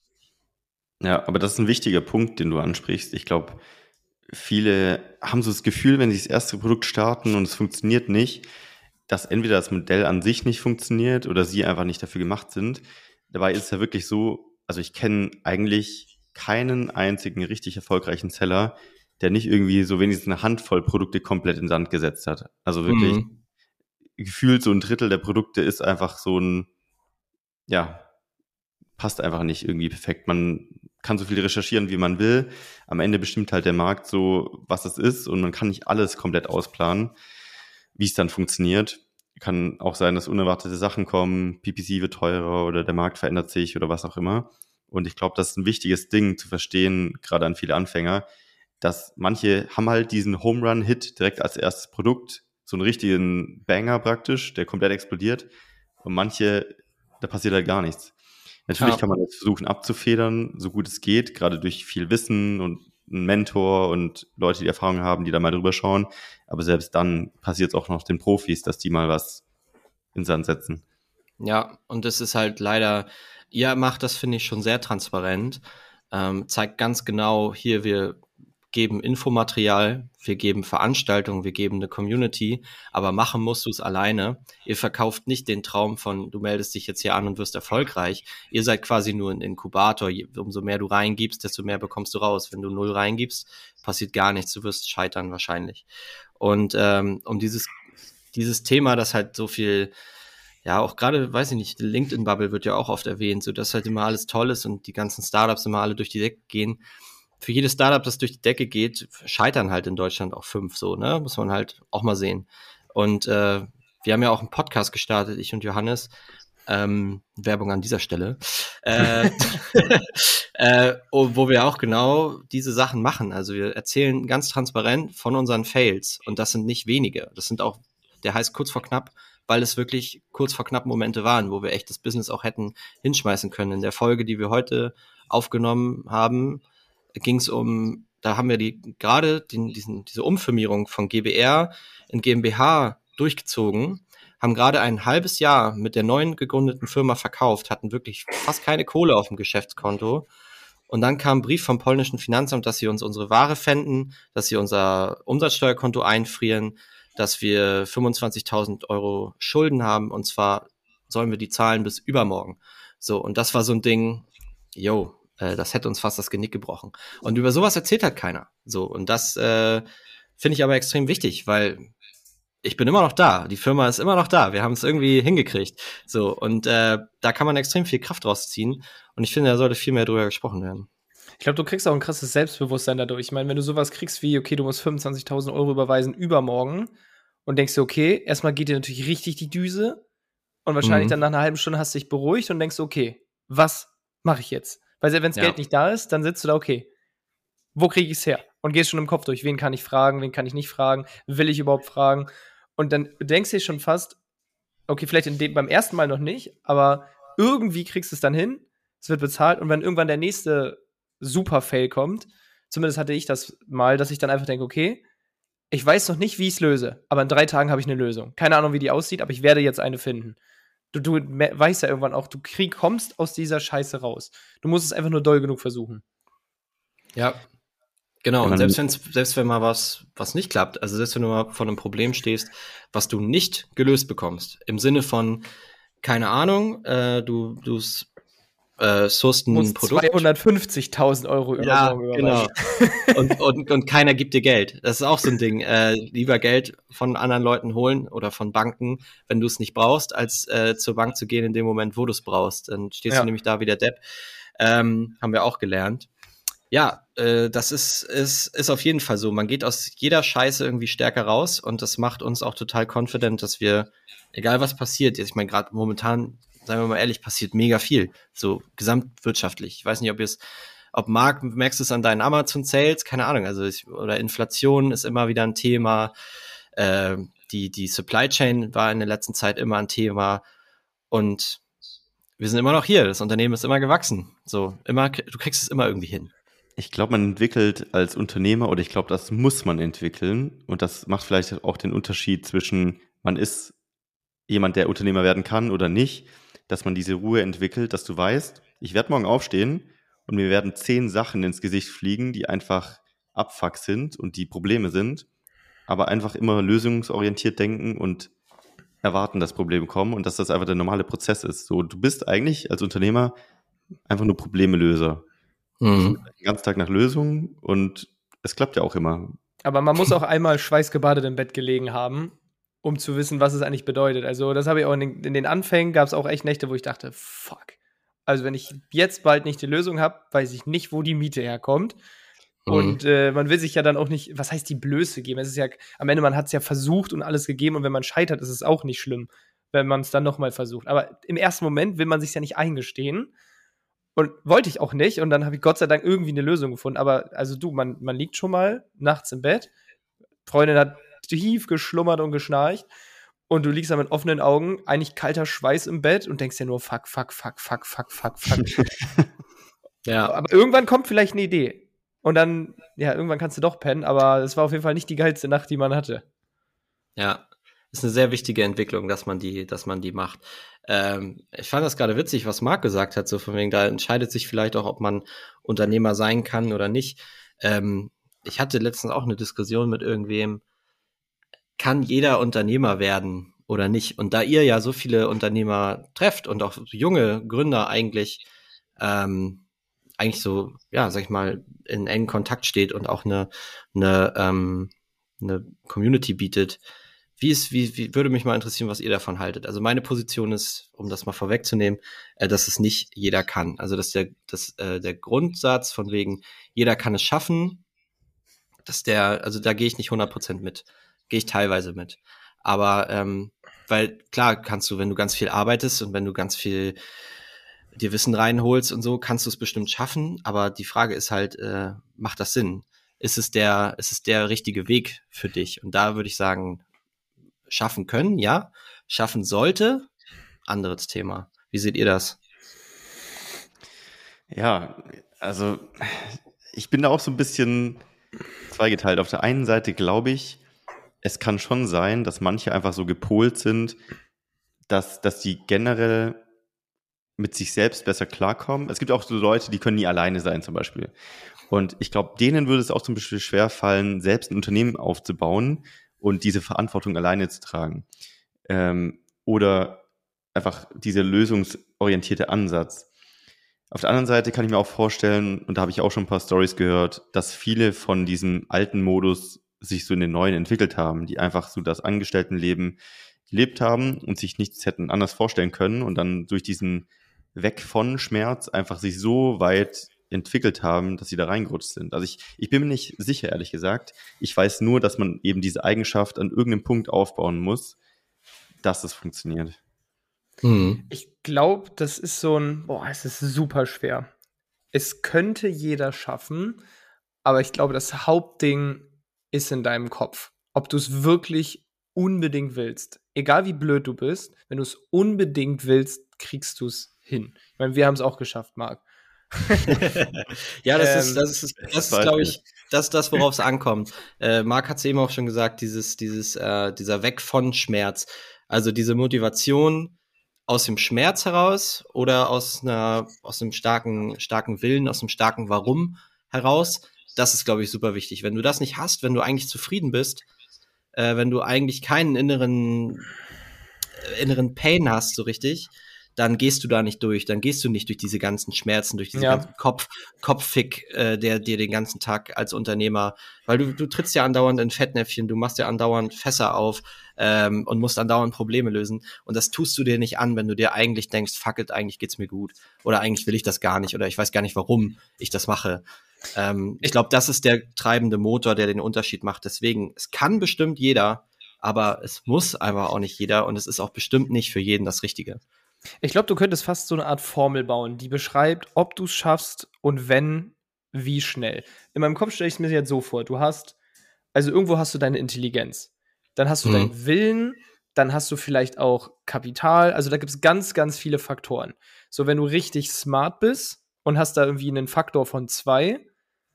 Ja, aber das ist ein wichtiger Punkt, den du ansprichst. Ich glaube, viele haben so das Gefühl, wenn sie das erste Produkt starten und es funktioniert nicht, dass entweder das Modell an sich nicht funktioniert oder sie einfach nicht dafür gemacht sind. Dabei ist es ja wirklich so, also ich kenne eigentlich keinen einzigen richtig erfolgreichen Seller, der nicht irgendwie so wenigstens eine Handvoll Produkte komplett in den Sand gesetzt hat. Also wirklich Mhm. gefühlt so ein Drittel der Produkte ist einfach so ein, ja, passt einfach nicht irgendwie perfekt. Man kann so viel recherchieren, wie man will. Am Ende bestimmt halt der Markt so, was es ist und man kann nicht alles komplett ausplanen, wie es dann funktioniert. Kann auch sein, dass unerwartete Sachen kommen, P P C wird teurer oder der Markt verändert sich oder was auch immer. Und ich glaube, das ist ein wichtiges Ding zu verstehen, gerade an viele Anfänger, dass manche haben halt diesen Home-Run-Hit direkt als erstes Produkt, so einen richtigen Banger praktisch, der komplett explodiert. Und manche, da passiert halt gar nichts. Natürlich Ja. kann man das versuchen abzufedern, so gut es geht, gerade durch viel Wissen und einen Mentor und Leute, die Erfahrung haben, die da mal drüber schauen. Aber selbst dann passiert es auch noch den Profis, dass die mal was in den Sand setzen. Ja, und das ist halt leider, ihr macht das, finde ich, schon sehr transparent, ähm, zeigt ganz genau, hier, wir geben Infomaterial, wir geben Veranstaltungen, wir geben eine Community, aber machen musst du es alleine. Ihr verkauft nicht den Traum von, du meldest dich jetzt hier an und wirst erfolgreich. Ihr seid quasi nur ein Inkubator. Umso mehr du reingibst, desto mehr bekommst du raus. Wenn du null reingibst, passiert gar nichts. Du wirst scheitern wahrscheinlich. Und ähm, um dieses, dieses Thema, das halt so viel, ja, auch gerade, weiß ich nicht, die LinkedIn-Bubble wird ja auch oft erwähnt, so dass halt immer alles toll ist und die ganzen Startups immer alle durch die Decke gehen. Für jedes Startup, das durch die Decke geht, scheitern halt in Deutschland auch fünf, so, ne? Muss man halt auch mal sehen. Und äh, wir haben ja auch einen Podcast gestartet, ich und Johannes. Ähm, Werbung an dieser Stelle. äh, äh, wo wir auch genau diese Sachen machen. Also wir erzählen ganz transparent von unseren Fails. Und das sind nicht wenige. Das sind auch, der heißt kurz vor knapp, weil es wirklich kurz vor knapp Momente waren, wo wir echt das Business auch hätten hinschmeißen können. In der Folge, die wir heute aufgenommen haben, ging es um, da haben wir die gerade den, diesen, diese Umfirmierung von GbR in GmbH durchgezogen, haben gerade ein halbes Jahr mit der neuen gegründeten Firma verkauft, hatten wirklich fast keine Kohle auf dem Geschäftskonto. Und dann kam ein Brief vom polnischen Finanzamt, dass sie uns unsere Ware pfänden, dass sie unser Umsatzsteuerkonto einfrieren, dass wir fünfundzwanzigtausend Euro Schulden haben, und zwar sollen wir die zahlen bis übermorgen. So, und das war so ein Ding, yo, äh, das hätte uns fast das Genick gebrochen. Und über sowas erzählt halt keiner. So, und das äh, finde ich aber extrem wichtig, weil ich bin immer noch da, die Firma ist immer noch da, wir haben es irgendwie hingekriegt. So, und äh, da kann man extrem viel Kraft rausziehen. Und ich finde, da sollte viel mehr drüber gesprochen werden. Ich glaube, du kriegst auch ein krasses Selbstbewusstsein dadurch. Ich meine, wenn du sowas kriegst wie, okay, du musst fünfundzwanzigtausend Euro überweisen übermorgen und denkst dir, okay, erstmal geht dir natürlich richtig die Düse und wahrscheinlich Mhm. dann nach einer halben Stunde hast du dich beruhigt und denkst, okay, was mache ich jetzt? Weil wenn das Ja. Geld nicht da ist, dann sitzt du da, okay, wo kriege ich es her? Und gehst schon im Kopf durch, wen kann ich fragen, wen kann ich nicht fragen, will ich überhaupt fragen? Und dann denkst du dir schon fast, okay, vielleicht in dem, beim ersten Mal noch nicht, aber irgendwie kriegst du es dann hin, es wird bezahlt und wenn irgendwann der nächste Super-Fail kommt, zumindest hatte ich das mal, dass ich dann einfach denke, okay, ich weiß noch nicht, wie ich es löse, aber in drei Tagen habe ich eine Lösung. Keine Ahnung, wie die aussieht, aber ich werde jetzt eine finden. Du, du me- weißt ja irgendwann auch, du krieg, kommst aus dieser Scheiße raus. Du musst es einfach nur doll genug versuchen. Ja, genau. Ja, Und man- selbst, wenn's, selbst wenn mal was, was nicht klappt, also selbst wenn du mal vor einem Problem stehst, was du nicht gelöst bekommst, im Sinne von, keine Ahnung, äh, du, du äh, sourcest Du ein musst Produkt. zweihundertfünfzigtausend Euro Ja, übermorgen genau. überweisen. Und, und, und keiner gibt dir Geld. Das ist auch so ein Ding. Äh, lieber Geld von anderen Leuten holen oder von Banken, wenn du es nicht brauchst, als äh, zur Bank zu gehen in dem Moment, wo du es brauchst. Dann stehst Ja. du nämlich da wie der Depp. Ähm, haben wir auch gelernt. Ja, äh, das ist, ist, ist auf jeden Fall so. Man geht aus jeder Scheiße irgendwie stärker raus und das macht uns auch total confident, dass wir, egal was passiert, jetzt, ich meine, gerade momentan, seien wir mal ehrlich, passiert mega viel, so gesamtwirtschaftlich. Ich weiß nicht, ob ihr es, ob Marc, merkst du es an deinen Amazon-Sales? Keine Ahnung, also ich, oder Inflation ist immer wieder ein Thema. Äh, die, die Supply Chain war in der letzten Zeit immer ein Thema und wir sind immer noch hier. Das Unternehmen ist immer gewachsen. So, immer, du kriegst es immer irgendwie hin. Ich glaube, man entwickelt als Unternehmer, oder ich glaube, das muss man entwickeln. Und das macht vielleicht auch den Unterschied zwischen, man ist jemand, der Unternehmer werden kann oder nicht, dass man diese Ruhe entwickelt, dass du weißt, ich werde morgen aufstehen und mir werden zehn Sachen ins Gesicht fliegen, die einfach Abfuck sind und die Probleme sind, aber einfach immer lösungsorientiert denken und erwarten, dass Probleme kommen und dass das einfach der normale Prozess ist. So, du bist eigentlich als Unternehmer einfach nur Problemelöser. Mhm. Den ganzen Tag nach Lösungen und es klappt ja auch immer. Aber man muss auch einmal schweißgebadet im Bett gelegen haben, um zu wissen, was es eigentlich bedeutet. Also das habe ich auch in den, in den Anfängen, gab es auch echt Nächte, wo ich dachte, fuck. Also wenn ich jetzt bald nicht die Lösung habe, weiß ich nicht, wo die Miete herkommt. Mhm. Und äh, man will sich ja dann auch nicht, was heißt die Blöße geben? Es ist ja, am Ende, man hat es ja versucht und alles gegeben und wenn man scheitert, ist es auch nicht schlimm, wenn man es dann nochmal versucht. Aber im ersten Moment will man sich ja nicht eingestehen. Und wollte ich auch nicht. Und dann habe ich Gott sei Dank irgendwie eine Lösung gefunden. Aber also du, man, man liegt schon mal nachts im Bett. Freundin hat tief geschlummert und geschnarcht. Und du liegst da mit offenen Augen, eigentlich kalter Schweiß im Bett und denkst dir nur, fuck, fuck, fuck, fuck, fuck, fuck, fuck. Ja, Aber irgendwann kommt vielleicht eine Idee. Und dann, ja, irgendwann kannst du doch pennen. Aber es war auf jeden Fall nicht die geilste Nacht, die man hatte. ja. Ist eine sehr wichtige Entwicklung, dass man die, dass man die macht. Ähm, ich fand das gerade witzig, was Marc gesagt hat, so von wegen, da entscheidet sich vielleicht auch, ob man Unternehmer sein kann oder nicht. Ähm, ich hatte letztens auch eine Diskussion mit irgendwem, kann jeder Unternehmer werden oder nicht? Und da ihr ja so viele Unternehmer trefft und auch junge Gründer eigentlich, ähm, eigentlich so, ja, sag ich mal, in engen Kontakt steht und auch eine, eine, ähm, eine Community bietet, wie ist, wie, wie würde mich mal interessieren, was ihr davon haltet. Also meine Position ist, um das mal vorwegzunehmen, äh, dass es nicht jeder kann. Also dass der, dass, äh, der Grundsatz von wegen, jeder kann es schaffen, dass der, also da gehe ich nicht hundert Prozent mit. Gehe ich teilweise mit. Aber, ähm, weil klar kannst du, wenn du ganz viel arbeitest und wenn du ganz viel dir Wissen reinholst und so, kannst du es bestimmt schaffen. Aber die Frage ist halt, äh, macht das Sinn? Ist es der, ist es der richtige Weg für dich? Und da würde ich sagen, schaffen können, ja. Schaffen sollte, anderes Thema. Wie seht ihr das? Ja, also ich bin da auch so ein bisschen zweigeteilt. Auf der einen Seite glaube ich, es kann schon sein, dass manche einfach so gepolt sind, dass, dass die generell mit sich selbst besser klarkommen. Es gibt auch so Leute, die können nie alleine sein zum Beispiel. Und ich glaube, denen würde es auch zum Beispiel schwerfallen, selbst ein Unternehmen aufzubauen und diese Verantwortung alleine zu tragen. Ähm, oder einfach dieser lösungsorientierte Ansatz. Auf der anderen Seite kann ich mir auch vorstellen, und da habe ich auch schon ein paar Storys gehört, dass viele von diesem alten Modus sich so in den neuen entwickelt haben, die einfach so das Angestelltenleben gelebt haben und sich nichts hätten anders vorstellen können und dann durch diesen Weg von Schmerz einfach sich so weit entwickelt haben, dass sie da reingerutscht sind. Also ich, ich bin mir nicht sicher, ehrlich gesagt. Ich weiß nur, dass man eben diese Eigenschaft an irgendeinem Punkt aufbauen muss, dass es funktioniert. Hm. Ich glaube, das ist so ein, boah, es ist super schwer. Es könnte jeder schaffen, aber ich glaube, das Hauptding ist in deinem Kopf. Ob du es wirklich unbedingt willst. Egal wie blöd du bist, wenn du es unbedingt willst, kriegst du es hin. Ich meine, wir haben es auch geschafft, Marc. Ja, das ähm, ist, das ist, das ist, glaube ich, das, das, worauf es ankommt. Äh, Marc hat es eben auch schon gesagt, dieses, dieses, äh, dieser Weg von Schmerz. Also diese Motivation aus dem Schmerz heraus oder aus einer, aus einem starken, starken Willen, aus einem starken Warum heraus. Das ist, glaube ich, super wichtig. Wenn du das nicht hast, wenn du eigentlich zufrieden bist, äh, wenn du eigentlich keinen inneren, äh, inneren Pain hast, so richtig, dann gehst du da nicht durch, dann gehst du nicht durch diese ganzen Schmerzen, durch diesen ja. ganzen Kopf, Kopffick, äh, der dir den ganzen Tag als Unternehmer, weil du, du trittst ja andauernd in Fettnäpfchen, du machst ja andauernd Fässer auf ähm, und musst andauernd Probleme lösen und das tust du dir nicht an, wenn du dir eigentlich denkst, fuck it, eigentlich geht's mir gut oder eigentlich will ich das gar nicht oder ich weiß gar nicht, warum ich das mache. Ähm, ich glaube, das ist der treibende Motor, der den Unterschied macht, deswegen, es kann bestimmt jeder, aber es muss einfach auch nicht jeder und es ist auch bestimmt nicht für jeden das Richtige. Ich glaube, du könntest fast so eine Art Formel bauen, die beschreibt, ob du es schaffst und wenn, wie schnell. In meinem Kopf stelle ich es mir jetzt so vor, du hast, also irgendwo hast du deine Intelligenz, dann hast du mhm. deinen Willen, dann hast du vielleicht auch Kapital, also da gibt es ganz, ganz viele Faktoren. So, wenn du richtig smart bist und hast da irgendwie einen Faktor von zwei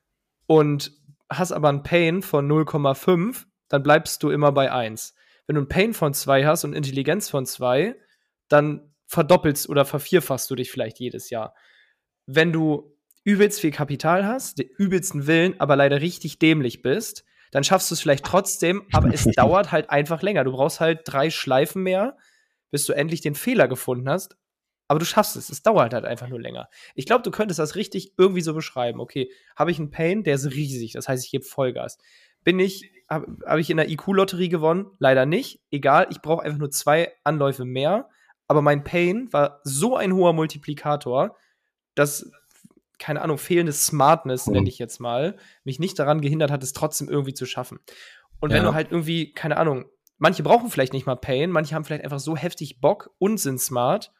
und hast aber einen Pain von null Komma fünf, dann bleibst du immer bei eins. Wenn du einen Pain von zwei hast und Intelligenz von zwei, dann verdoppelst oder vervierfachst du dich vielleicht jedes Jahr. Wenn du übelst viel Kapital hast, den übelsten Willen, aber leider richtig dämlich bist, dann schaffst du es vielleicht trotzdem, aber es dauert halt einfach länger. Du brauchst halt drei Schleifen mehr, bis du endlich den Fehler gefunden hast, aber du schaffst es. Es dauert halt einfach nur länger. Ich glaube, du könntest das richtig irgendwie so beschreiben. Okay, habe ich einen Pain, der ist riesig, das heißt, ich gebe Vollgas. Bin ich, habe hab ich in der I Q-Lotterie gewonnen? Leider nicht. Egal, ich brauche einfach nur zwei Anläufe mehr. Aber mein Pain war so ein hoher Multiplikator, dass, keine Ahnung, fehlende Smartness, mhm. nenne ich jetzt mal, mich nicht daran gehindert hat, es trotzdem irgendwie zu schaffen. Und ja. wenn du halt irgendwie, keine Ahnung, manche brauchen vielleicht nicht mal Pain, manche haben vielleicht einfach so heftig Bock und sind smart,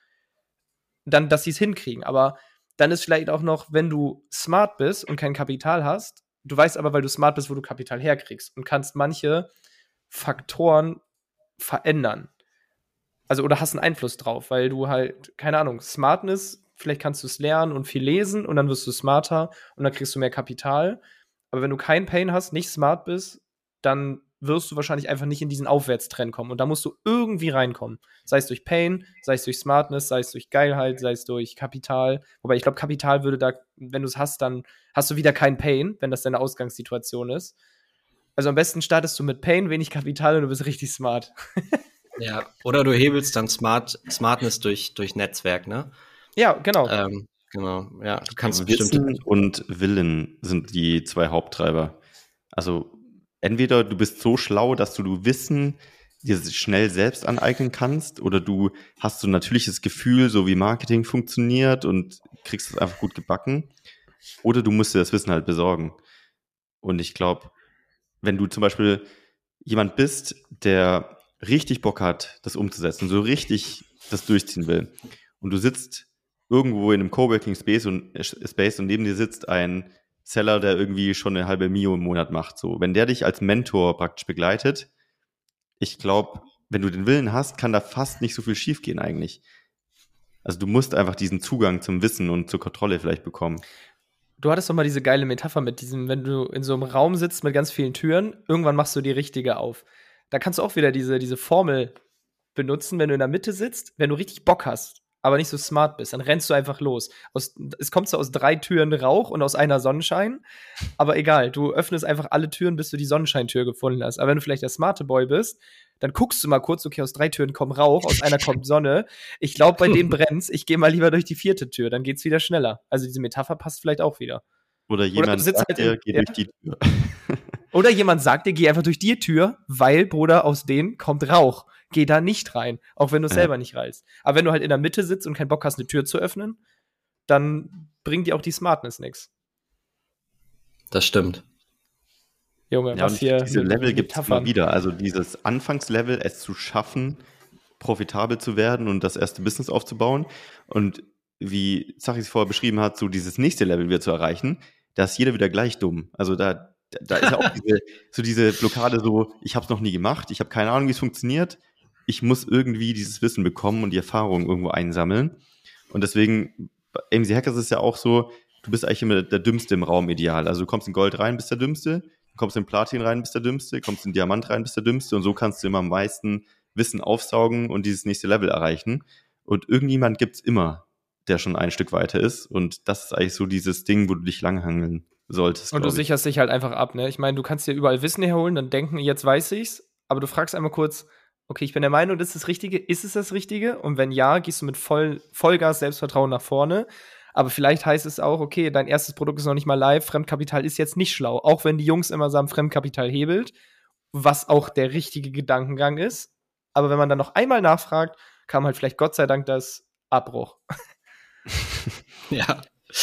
dann, dass sie es hinkriegen. Aber dann ist vielleicht auch noch, wenn du smart bist und kein Kapital hast, du weißt aber, weil du smart bist, wo du Kapital herkriegst und kannst manche Faktoren verändern. Also, oder hast einen Einfluss drauf, weil du halt, keine Ahnung, Smartness, vielleicht kannst du es lernen und viel lesen und dann wirst du smarter und dann kriegst du mehr Kapital. Aber wenn du keinen Pain hast, nicht smart bist, dann wirst du wahrscheinlich einfach nicht in diesen Aufwärtstrend kommen. Und da musst du irgendwie reinkommen. Sei es durch Pain, sei es durch Smartness, sei es durch Geilheit, sei es durch Kapital. Wobei ich glaube, Kapital würde da, wenn du es hast, dann hast du wieder kein Pain, wenn das deine Ausgangssituation ist. Also am besten startest du mit Pain, wenig Kapital und du bist richtig smart. Ja, oder du hebelst dann Smart, Smartness durch, durch Netzwerk, ne? Ja, genau. Ähm, genau, ja, du kannst Wissen bestimmt. und Willen sind die zwei Haupttreiber. Also entweder du bist so schlau, dass du, du Wissen dir schnell selbst aneignen kannst, oder du hast so ein natürliches Gefühl, so wie Marketing funktioniert und kriegst es einfach gut gebacken, oder du musst dir das Wissen halt besorgen. Und ich glaube, wenn du zum Beispiel jemand bist, der richtig Bock hat, das umzusetzen, so richtig das durchziehen will, und du sitzt irgendwo in einem Coworking Space und, Space und neben dir sitzt ein Seller, der irgendwie schon eine halbe Mio im Monat macht. So, wenn der dich als Mentor praktisch begleitet, ich glaube, wenn du den Willen hast, kann da fast nicht so viel schiefgehen eigentlich. Also du musst einfach diesen Zugang zum Wissen und zur Kontrolle vielleicht bekommen. Du hattest doch mal diese geile Metapher mit diesem, wenn du in so einem Raum sitzt mit ganz vielen Türen, irgendwann machst du die richtige auf. Da kannst du auch wieder diese, diese Formel benutzen, wenn du in der Mitte sitzt, wenn du richtig Bock hast, aber nicht so smart bist, dann rennst du einfach los. Aus, es kommt so aus drei Türen Rauch und aus einer Sonnenschein, aber egal, du öffnest einfach alle Türen, bis du die Sonnenscheintür gefunden hast. Aber wenn du vielleicht der smarte Boy bist, dann guckst du mal kurz, okay, aus drei Türen kommt Rauch, aus einer kommt Sonne. Ich glaube, bei denen brennt's. Ich gehe mal lieber durch die vierte Tür, dann geht's wieder schneller. Also diese Metapher passt vielleicht auch wieder. Oder jemand Oder sagt halt dir, in, geh ja. durch die Tür. Oder jemand sagt dir, geh einfach durch die Tür, weil, Bruder, aus denen kommt Rauch. Geh da nicht rein, auch wenn du es Ja. selber nicht reißt. Aber wenn du halt in der Mitte sitzt und keinen Bock hast, eine Tür zu öffnen, dann bringt dir auch die Smartness nichts. Das stimmt. Junge, Ja, was und hier diese mit Level gibt es Metaphern. immer wieder. Also dieses Anfangslevel, es zu schaffen, profitabel zu werden und das erste Business aufzubauen. Und wie Zachis vorher beschrieben hat, so dieses nächste Level wieder zu erreichen, da ist jeder wieder gleich dumm. Also da, da ist ja auch diese, so diese Blockade so, ich habe es noch nie gemacht, ich habe keine Ahnung, wie es funktioniert. Ich muss irgendwie dieses Wissen bekommen und die Erfahrung irgendwo einsammeln. Und deswegen, bei A M C Hackers ist es ja auch so, du bist eigentlich immer der Dümmste im Raum ideal. Also du kommst in Gold rein, bist der Dümmste, du kommst in Platin rein, bist der Dümmste, kommst in Diamant rein, bist der Dümmste, und so kannst du immer am meisten Wissen aufsaugen und dieses nächste Level erreichen. Und irgendjemand gibt's immer, der schon ein Stück weiter ist, und das ist eigentlich so dieses Ding, wo du dich langhangeln solltest. Und du glaub ich. sicherst dich halt einfach ab, ne? Ich meine, du kannst dir überall Wissen herholen, dann denken, jetzt weiß ich's, aber du fragst einmal kurz, okay, ich bin der Meinung, das ist das Richtige, ist es das Richtige? Und wenn ja, gehst du mit voll, Vollgas Selbstvertrauen nach vorne. Aber vielleicht heißt es auch, okay, dein erstes Produkt ist noch nicht mal live, Fremdkapital ist jetzt nicht schlau. Auch wenn die Jungs immer sagen, Fremdkapital hebelt, was auch der richtige Gedankengang ist. Aber wenn man dann noch einmal nachfragt, kam halt vielleicht Gott sei Dank das Abbruch. Ja.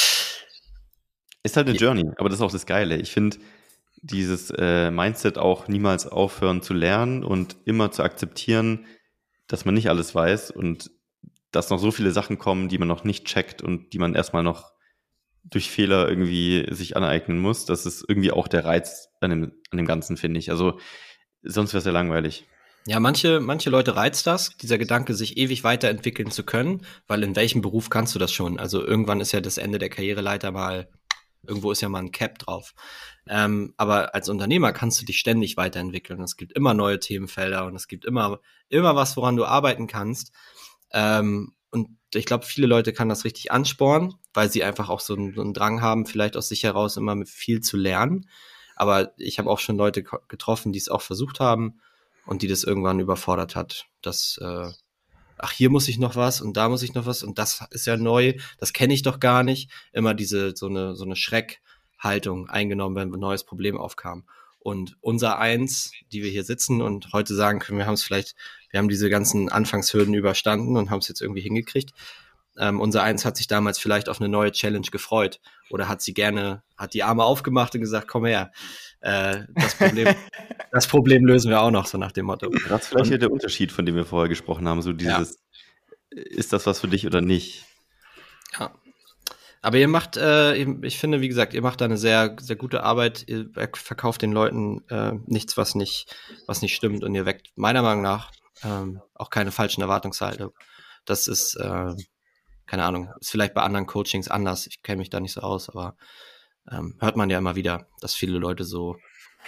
Ist halt eine Journey, aber das ist auch das Geile. Ich finde dieses äh, Mindset auch niemals aufhören zu lernen und immer zu akzeptieren, dass man nicht alles weiß und dass noch so viele Sachen kommen, die man noch nicht checkt und die man erstmal noch durch Fehler irgendwie sich aneignen muss. Das ist irgendwie auch der Reiz an dem, an dem Ganzen, finde ich. Also sonst wäre es ja langweilig. Ja, manche, manche Leute reizt das, dieser Gedanke, sich ewig weiterentwickeln zu können, weil in welchem Beruf kannst du das schon? Also irgendwann ist ja das Ende der Karriereleiter mal, irgendwo ist ja mal ein Cap drauf. Ähm, aber als Unternehmer kannst du dich ständig weiterentwickeln. Es gibt immer neue Themenfelder und es gibt immer, immer was, woran du arbeiten kannst. Ähm, und ich glaube, viele Leute kann das richtig anspornen, weil sie einfach auch so einen, so einen Drang haben, vielleicht aus sich heraus immer mit viel zu lernen. Aber ich habe auch schon Leute ko- getroffen, die es auch versucht haben und die das irgendwann überfordert hat. Das, äh, ach, hier muss ich noch was und da muss ich noch was und das ist ja neu, das kenne ich doch gar nicht. Immer diese, so eine, so eine Schreckhaltung eingenommen, wenn ein neues Problem aufkam. Und unser Eins, die wir hier sitzen und heute sagen können, wir haben es vielleicht, wir haben diese ganzen Anfangshürden überstanden und haben es jetzt irgendwie hingekriegt. Ähm, unser Eins hat sich damals vielleicht auf eine neue Challenge gefreut oder hat sie gerne, hat die Arme aufgemacht und gesagt, komm her, äh, das Problem, das Problem lösen wir auch noch, so nach dem Motto. Das ist vielleicht hier der Unterschied, von dem wir vorher gesprochen haben, so dieses, ja. Ist das was für dich oder nicht? Ja. Aber ihr macht, äh, ich finde, wie gesagt, ihr macht da eine sehr, sehr gute Arbeit. Ihr verkauft den Leuten äh, nichts, was nicht, was nicht stimmt, und ihr weckt meiner Meinung nach ähm, auch keine falschen Erwartungshaltungen. Das ist, äh, keine Ahnung, ist vielleicht bei anderen Coachings anders. Ich kenne mich da nicht so aus, aber ähm, hört man ja immer wieder, dass viele Leute so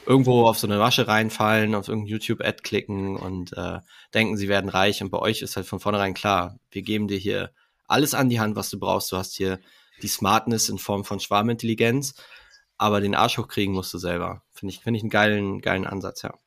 irgendwo auf so eine Masche reinfallen, auf irgendein YouTube-Ad klicken und äh, denken, sie werden reich. Und bei euch ist halt von vornherein klar, wir geben dir hier alles an die Hand, was du brauchst. Du hast hier die Smartness in Form von Schwarmintelligenz, aber den Arsch hochkriegen musst du selber. Finde ich, finde ich einen geilen, geilen Ansatz, ja.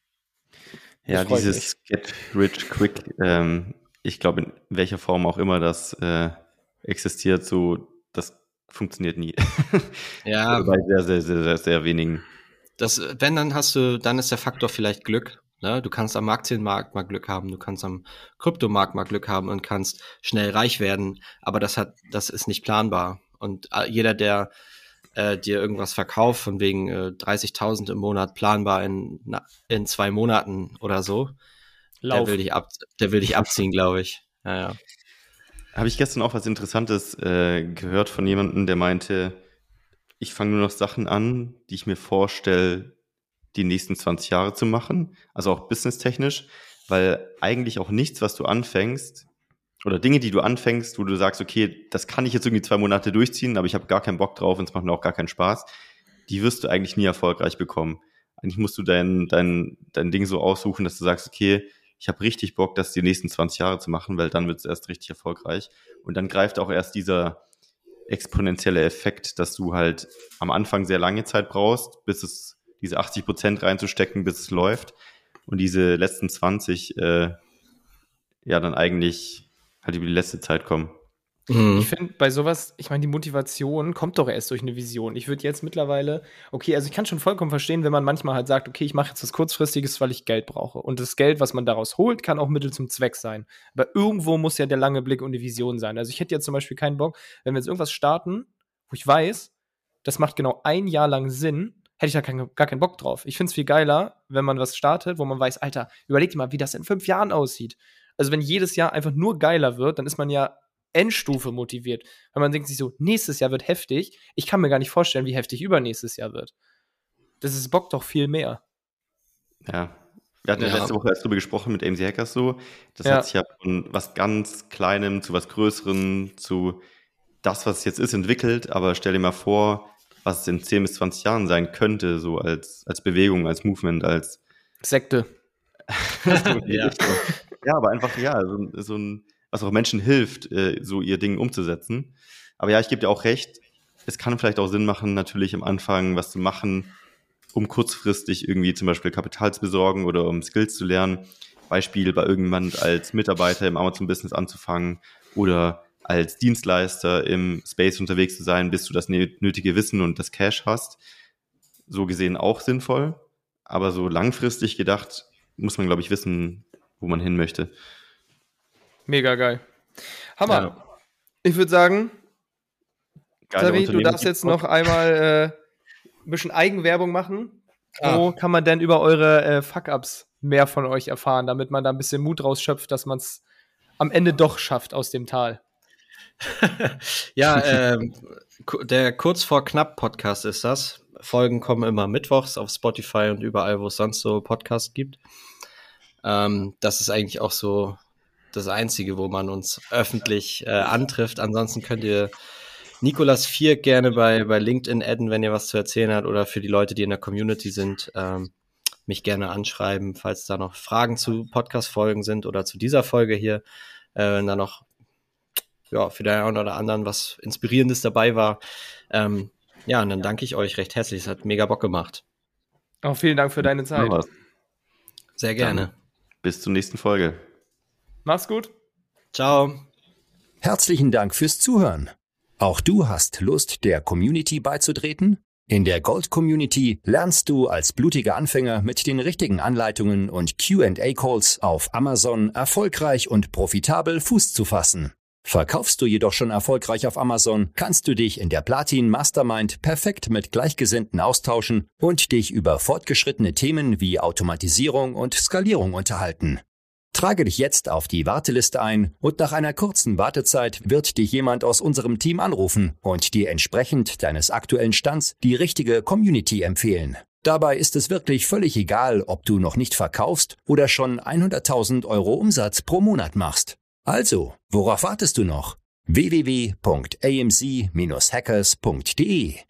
Ja, dieses mich. Get Rich Quick, ähm, ich glaube, in welcher Form auch immer das äh, existiert, so, das funktioniert nie. Ja. Also bei sehr, sehr, sehr, sehr, sehr wenigen. Das, wenn, dann hast du, dann ist der Faktor vielleicht Glück. Ne? Du kannst am Aktienmarkt mal Glück haben, du kannst am Kryptomarkt mal Glück haben und kannst schnell reich werden, aber das hat, das ist nicht planbar. Und jeder, der äh, dir irgendwas verkauft, von wegen äh, dreißigtausend im Monat planbar in, na, in zwei Monaten oder so, der will, dich ab, der will dich abziehen, glaube ich. Ja, ja. Habe ich gestern auch was Interessantes äh, gehört von jemandem, der meinte, ich fange nur noch Sachen an, die ich mir vorstelle, die nächsten zwanzig Jahre zu machen, also auch businesstechnisch, weil eigentlich auch nichts, was du anfängst, oder Dinge, die du anfängst, wo du sagst, okay, das kann ich jetzt irgendwie zwei Monate durchziehen, aber ich habe gar keinen Bock drauf und es macht mir auch gar keinen Spaß, die wirst du eigentlich nie erfolgreich bekommen. Eigentlich musst du dein, dein, dein Ding so aussuchen, dass du sagst, okay, ich habe richtig Bock, das die nächsten zwanzig Jahre zu machen, weil dann wird es erst richtig erfolgreich. Und dann greift auch erst dieser exponentielle Effekt, dass du halt am Anfang sehr lange Zeit brauchst, bis es diese achtzig Prozent reinzustecken, bis es läuft. Und diese letzten zwanzig äh, ja dann eigentlich halt über die letzte Zeit kommen. Ich finde bei sowas, ich meine, die Motivation kommt doch erst durch eine Vision. Ich würde jetzt mittlerweile, okay, also ich kann schon vollkommen verstehen, wenn man manchmal halt sagt, okay, ich mache jetzt was Kurzfristiges, weil ich Geld brauche. Und das Geld, was man daraus holt, kann auch Mittel zum Zweck sein. Aber irgendwo muss ja der lange Blick und die Vision sein. Also ich hätte jetzt zum Beispiel keinen Bock, wenn wir jetzt irgendwas starten, wo ich weiß, das macht genau ein Jahr lang Sinn, hätte ich da kein, gar keinen Bock drauf. Ich finde es viel geiler, wenn man was startet, wo man weiß, Alter, überleg dir mal, wie das in fünf Jahren aussieht. Also wenn jedes Jahr einfach nur geiler wird, dann ist man ja Endstufe motiviert. Weil man denkt sich so, nächstes Jahr wird heftig. Ich kann mir gar nicht vorstellen, wie heftig übernächstes Jahr wird. Das ist Bock doch viel mehr. Ja. Wir hatten ja letzte Woche erst drüber gesprochen mit A M C Hackers so. Das Ja. hat sich ja von was ganz Kleinem zu was Größerem, zu das, was es jetzt ist, entwickelt. Aber stell dir mal vor, was es in zehn bis zwanzig Jahren sein könnte, so als, als Bewegung, als Movement, als Sekte. Ja. Ja, aber einfach, ja, so, so ein, was auch Menschen hilft, äh, so ihr Ding umzusetzen. Aber ja, ich gebe dir auch recht, es kann vielleicht auch Sinn machen, natürlich am Anfang was zu machen, um kurzfristig irgendwie zum Beispiel Kapital zu besorgen oder um Skills zu lernen. Beispiel, bei irgendjemand als Mitarbeiter im Amazon-Business anzufangen oder als Dienstleister im Space unterwegs zu sein, bis du das nötige Wissen und das Cash hast. So gesehen auch sinnvoll. Aber so langfristig gedacht, muss man, glaube ich, wissen, wo man hin möchte. Mega geil. Hammer. Ja. Ich würde sagen, Geile Xavi, du Unternehmen, darfst die jetzt Bock- noch einmal äh, ein bisschen Eigenwerbung machen. Wo kann man denn über eure äh, Fuck-Ups mehr von euch erfahren, damit man da ein bisschen Mut rausschöpft, dass man es am Ende doch schafft aus dem Tal? Ja, ähm, ku- der Kurz vor Knapp Podcast ist das. Folgen kommen immer mittwochs auf Spotify und überall, wo es sonst so Podcasts gibt. Ähm, das ist eigentlich auch so das Einzige, wo man uns öffentlich äh, antrifft. Ansonsten könnt ihr Nicolas Vierk gerne bei, bei LinkedIn adden, wenn ihr was zu erzählen habt, oder für die Leute, die in der Community sind, ähm, mich gerne anschreiben, falls da noch Fragen zu Podcast-Folgen sind oder zu dieser Folge hier, äh, wenn da noch ja, für den einen oder anderen was Inspirierendes dabei war. Ähm, ja, und dann danke ich euch recht herzlich. Es hat mega Bock gemacht. Auch vielen Dank für deine Zeit. Was. Sehr gerne. Dann bis zur nächsten Folge. Mach's gut. Ciao. Herzlichen Dank fürs Zuhören. Auch du hast Lust, der Community beizutreten? In der Gold Community lernst du als blutiger Anfänger mit den richtigen Anleitungen und Q and A-Calls auf Amazon erfolgreich und profitabel Fuß zu fassen. Verkaufst du jedoch schon erfolgreich auf Amazon, kannst du dich in der Platin Mastermind perfekt mit Gleichgesinnten austauschen und dich über fortgeschrittene Themen wie Automatisierung und Skalierung unterhalten. Trage dich jetzt auf die Warteliste ein und nach einer kurzen Wartezeit wird dich jemand aus unserem Team anrufen und dir entsprechend deines aktuellen Stands die richtige Community empfehlen. Dabei ist es wirklich völlig egal, ob du noch nicht verkaufst oder schon hunderttausend Euro Umsatz pro Monat machst. Also, worauf wartest du noch? w w w punkt a m c dash hackers punkt d e